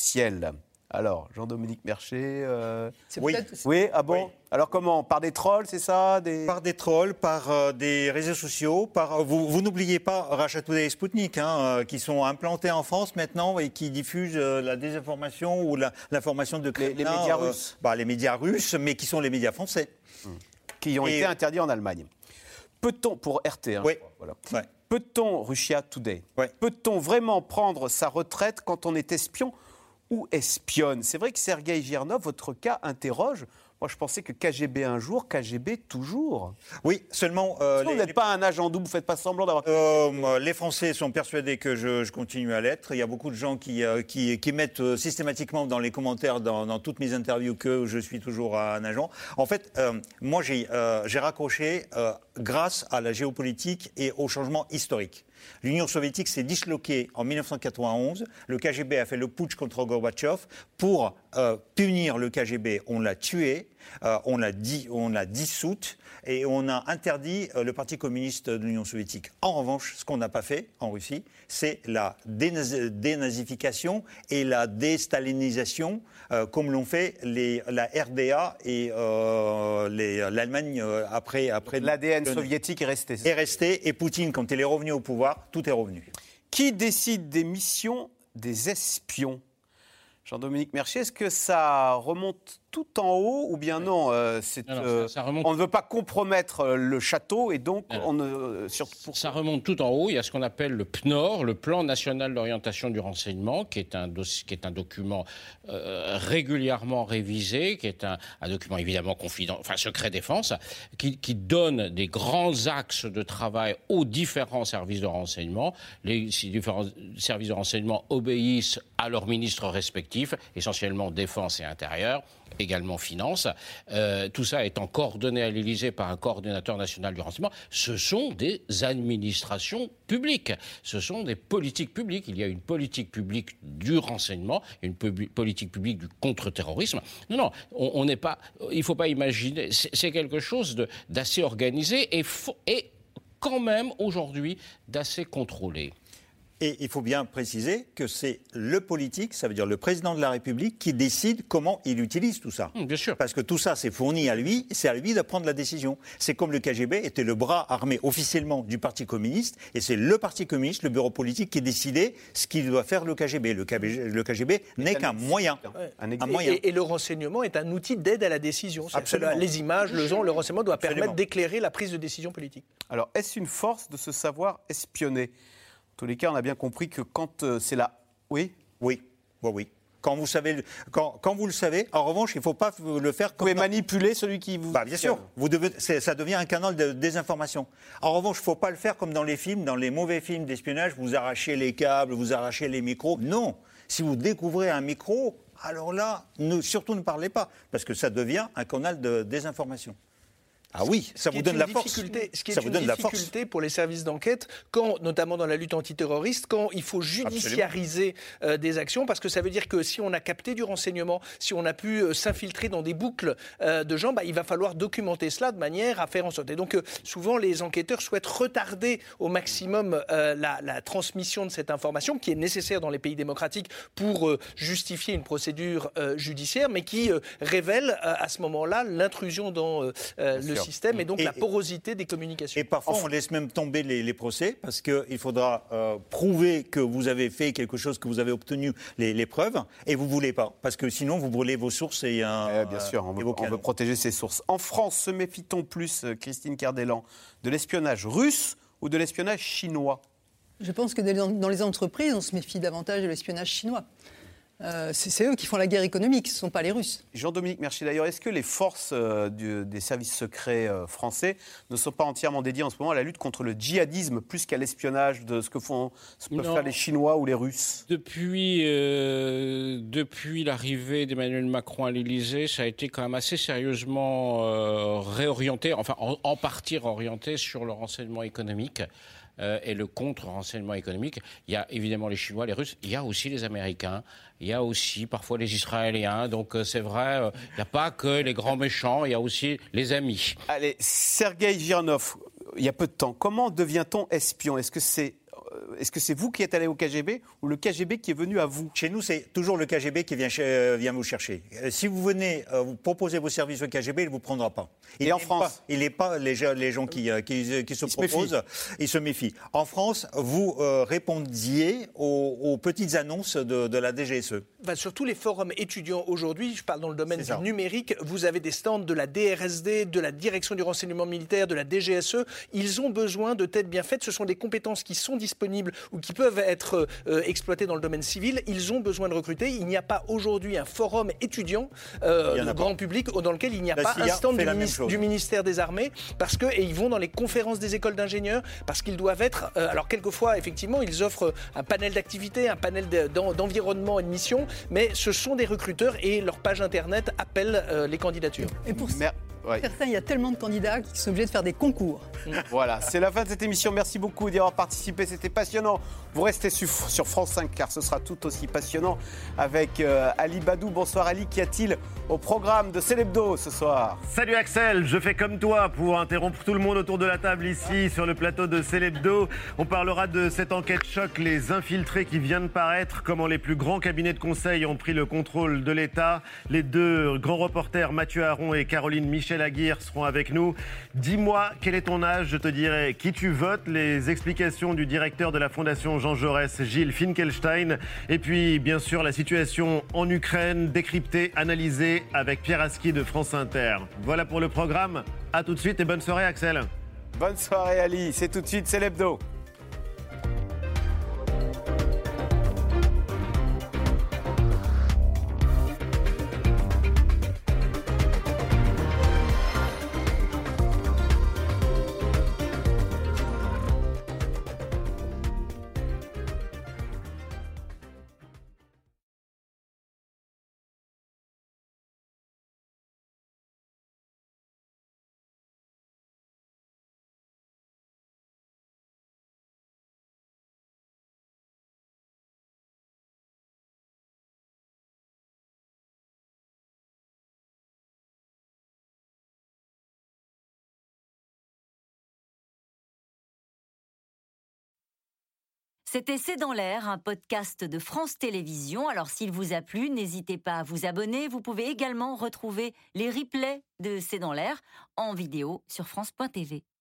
Alors, Jean-Dominique Mercier, euh... oui. oui, ah bon oui. Alors comment ? Par des trolls, c'est ça des... Par des trolls, par euh, des réseaux sociaux, par... Vous, vous n'oubliez pas Russia Today et Sputnik, hein, euh, qui sont implantés en France maintenant et qui diffusent euh, la désinformation ou la, l'information de Kremlin. Les, les médias euh, russes. Bah, les médias russes, mais qui sont les médias français. Hum. Qui ont et... été interdits en Allemagne. Peut-on, pour R T, hein, oui. voilà. Ouais. Peut-on, Russia Today, ouais. peut-on vraiment prendre sa retraite quand on est espion ou espionne ? C'est vrai que Sergueï Girnov, votre cas interroge. Moi, je pensais que K G B un jour, K G B toujours. Oui, seulement... Euh, vous n'êtes les... pas un agent double, vous ne faites pas semblant d'avoir... Euh, les Français sont persuadés que je, je continue à l'être. Il y a beaucoup de gens qui, euh, qui, qui mettent euh, systématiquement dans les commentaires, dans, dans toutes mes interviews, que je suis toujours un agent. En fait, euh, moi, j'ai, euh, j'ai raccroché euh, grâce à la géopolitique et au changement historique. L'Union soviétique s'est disloquée en dix-neuf cent quatre-vingt-onze. Le K G B a fait le putsch contre Gorbatchev. Pour euh, punir le K G B, on l'a tué, euh, on l'a di- on l'a dissoute et on a interdit euh, le Parti communiste de l'Union soviétique. En revanche, ce qu'on n'a pas fait en Russie, c'est la dénaz- dénazification et la déstalinisation, euh, comme l'ont fait les, la R D A et euh, les, l'Allemagne euh, après... après L'A D N soviétique est resté. Est resté, et Poutine, quand il est revenu au pouvoir, tout est revenu. Qui décide des missions des espions ? Jean-Dominique Mercier, est-ce que ça remonte tout en haut ou bien non euh, c'est, Alors, euh, ça, ça remonte... On ne veut pas compromettre le château et donc Alors, on ne... Sur... Ça remonte tout en haut. Il y a ce qu'on appelle le P N O R, le Plan national d'orientation du renseignement, qui est un, dossier, qui est un document euh, régulièrement révisé, qui est un, un document évidemment confident, enfin secret défense, qui, qui donne des grands axes de travail aux différents services de renseignement. Les différents services de renseignement obéissent à leurs ministres respectifs, essentiellement défense et intérieur, également finance. Euh, tout ça étant coordonné à l'Élysée par un coordonnateur national du renseignement. Ce sont des administrations publiques. Ce sont des politiques publiques. Il y a une politique publique du renseignement, une pub- politique publique du contre-terrorisme. Non, non, on n'est pas... Il ne faut pas imaginer... C'est, c'est quelque chose de, d'assez organisé et, fo- et quand même, aujourd'hui, d'assez contrôlé. Et il faut bien préciser que c'est le politique, ça veut dire le président de la République, qui décide comment il utilise tout ça. Mmh, bien sûr. Parce que tout ça, c'est fourni à lui, c'est à lui de prendre la décision. C'est comme le K G B était le bras armé officiellement du Parti communiste, et c'est le Parti communiste, le bureau politique, qui décidait ce qu'il doit faire le K G B. Le K G B, le K G B n'est qu'un moyen. Ouais. Un, un moyen. Et, et le renseignement est un outil d'aide à la décision. Absolument. Les images, le son, le renseignement doit Absolument. permettre d'éclairer la prise de décision politique. Alors, est-ce une force de se savoir espionner ? En tous les cas, on a bien compris que quand euh, c'est là... Oui ? Oui, oui, oui. Quand vous, savez, quand, quand vous le savez, en revanche, il ne faut pas le faire comme... Vous pouvez manipuler celui qui vous... Bah, bien sûr, vous devez, c'est, ça devient un canal de désinformation. En revanche, il ne faut pas le faire comme dans les films, dans les mauvais films d'espionnage, vous arrachez les câbles, vous arrachez les micros. Non, si vous découvrez un micro, alors là, ne, surtout ne parlez pas, parce que ça devient un canal de désinformation. Ah oui, ça vous donne la force. Ce qui est une difficulté pour les services d'enquête, quand, notamment dans la lutte antiterroriste, quand il faut judiciariser euh, des actions, parce que ça veut dire que si on a capté du renseignement, si on a pu euh, s'infiltrer dans des boucles euh, de gens, bah, il va falloir documenter cela de manière à faire en sorte. Et donc, euh, souvent, les enquêteurs souhaitent retarder au maximum euh, la, la transmission de cette information, qui est nécessaire dans les pays démocratiques pour euh, justifier une procédure euh, judiciaire, mais qui euh, révèle euh, à ce moment-là l'intrusion dans euh, le système et donc et, la porosité des communications. Et parfois, on laisse même tomber les, les procès parce qu'il faudra euh, prouver que vous avez fait quelque chose, que vous avez obtenu les, les preuves, et vous ne voulez pas, parce que sinon, vous brûlez vos sources et un... Euh, bien sûr, on veut, on veut protéger ses sources. En France, se méfie-t-on plus, Christine Cardellan, de l'espionnage russe ou de l'espionnage chinois ? Je pense que dans les entreprises, on se méfie davantage de l'espionnage chinois. Euh, c'est, c'est eux qui font la guerre économique, ce ne sont pas les Russes. Jean-Dominique Mercier, d'ailleurs, est-ce que les forces euh, du, des services secrets euh, français ne sont pas entièrement dédiées en ce moment à la lutte contre le djihadisme, plus qu'à l'espionnage de ce que font, ce peuvent non. faire les Chinois ou les Russes ? Depuis, euh, depuis l'arrivée d'Emmanuel Macron à l'Élysée, ça a été quand même assez sérieusement euh, réorienté, enfin en, en partie réorienté sur le renseignement économique. Euh, et le contre-renseignement économique. Il y a évidemment les Chinois, les Russes, il y a aussi les Américains, il y a aussi parfois les Israéliens. Donc euh, c'est vrai, euh, il n'y a pas que les grands méchants, il y a aussi les amis. Allez, Sergueï Girnov, il y a peu de temps, comment devient-on espion ? Est-ce que c'est Est-ce que c'est vous qui êtes allé au K G B ou le K G B qui est venu à vous ? Chez nous, c'est toujours le K G B qui vient, euh, vient vous chercher. Euh, si vous venez euh, vous proposer vos services au K G B, il ne vous prendra pas. Il Et en France pas, Il n'est pas les, les gens qui, euh, qui, qui se ils proposent, se ils se méfient. En France, vous euh, répondiez aux, aux petites annonces de, de la D G S E. Enfin, surtout les forums étudiants aujourd'hui, je parle dans le domaine du numérique, vous avez des stands de la D R S D, de la Direction du renseignement militaire, de la D G S E. Ils ont besoin de têtes bien faites. Ce sont des compétences qui sont disponibles ou qui peuvent être euh, exploitées dans le domaine civil. Ils ont besoin de recruter. Il n'y a pas aujourd'hui un forum étudiant euh, grand public dans lequel il n'y a la pas C I A un stand du, ministre, du ministère des Armées, parce que et ils vont dans les conférences des écoles d'ingénieurs, parce qu'ils doivent être... Euh, alors quelquefois, effectivement, ils offrent un panel d'activités, un panel de, d'en, d'environnement et de missions, mais ce sont des recruteurs et leur page internet appelle euh, les candidatures. Et pour Mer- ouais. certains, il y a tellement de candidats qui sont obligés de faire des concours. Voilà, c'est la fin de cette émission. Merci beaucoup d'y avoir participé, c'était passionnant. Vous restez sur, sur France cinq car ce sera tout aussi passionnant avec euh, Ali Badou. Bonsoir Ali, qu'y a-t-il au programme de Célébdo ce soir ? Salut Axel, je fais comme toi pour interrompre tout le monde autour de la table ici sur le plateau de Célébdo. On parlera de cette enquête choc, les infiltrés qui vient de paraître, comment les plus grands cabinets de conseil ont pris le contrôle de l'État. Les deux grands reporters Mathieu Aron et Caroline Michel-Aguirre seront avec nous. Dis-moi, quel est ton âge ? Je te dirai qui tu votes, les explications du directeur de la Fondation Jean Jaurès, Gilles Finkelstein, et puis bien sûr la situation en Ukraine, décryptée, analysée avec Pierre Aski de France Inter. Voilà pour le programme, à tout de suite et bonne soirée Axel. Bonne soirée Ali, c'est tout de suite, c'est l'hebdo. C'était C'est dans l'air, un podcast de France Télévisions. Alors s'il vous a plu, n'hésitez pas à vous abonner. Vous pouvez également retrouver les replays de C'est dans l'air en vidéo sur France point T V.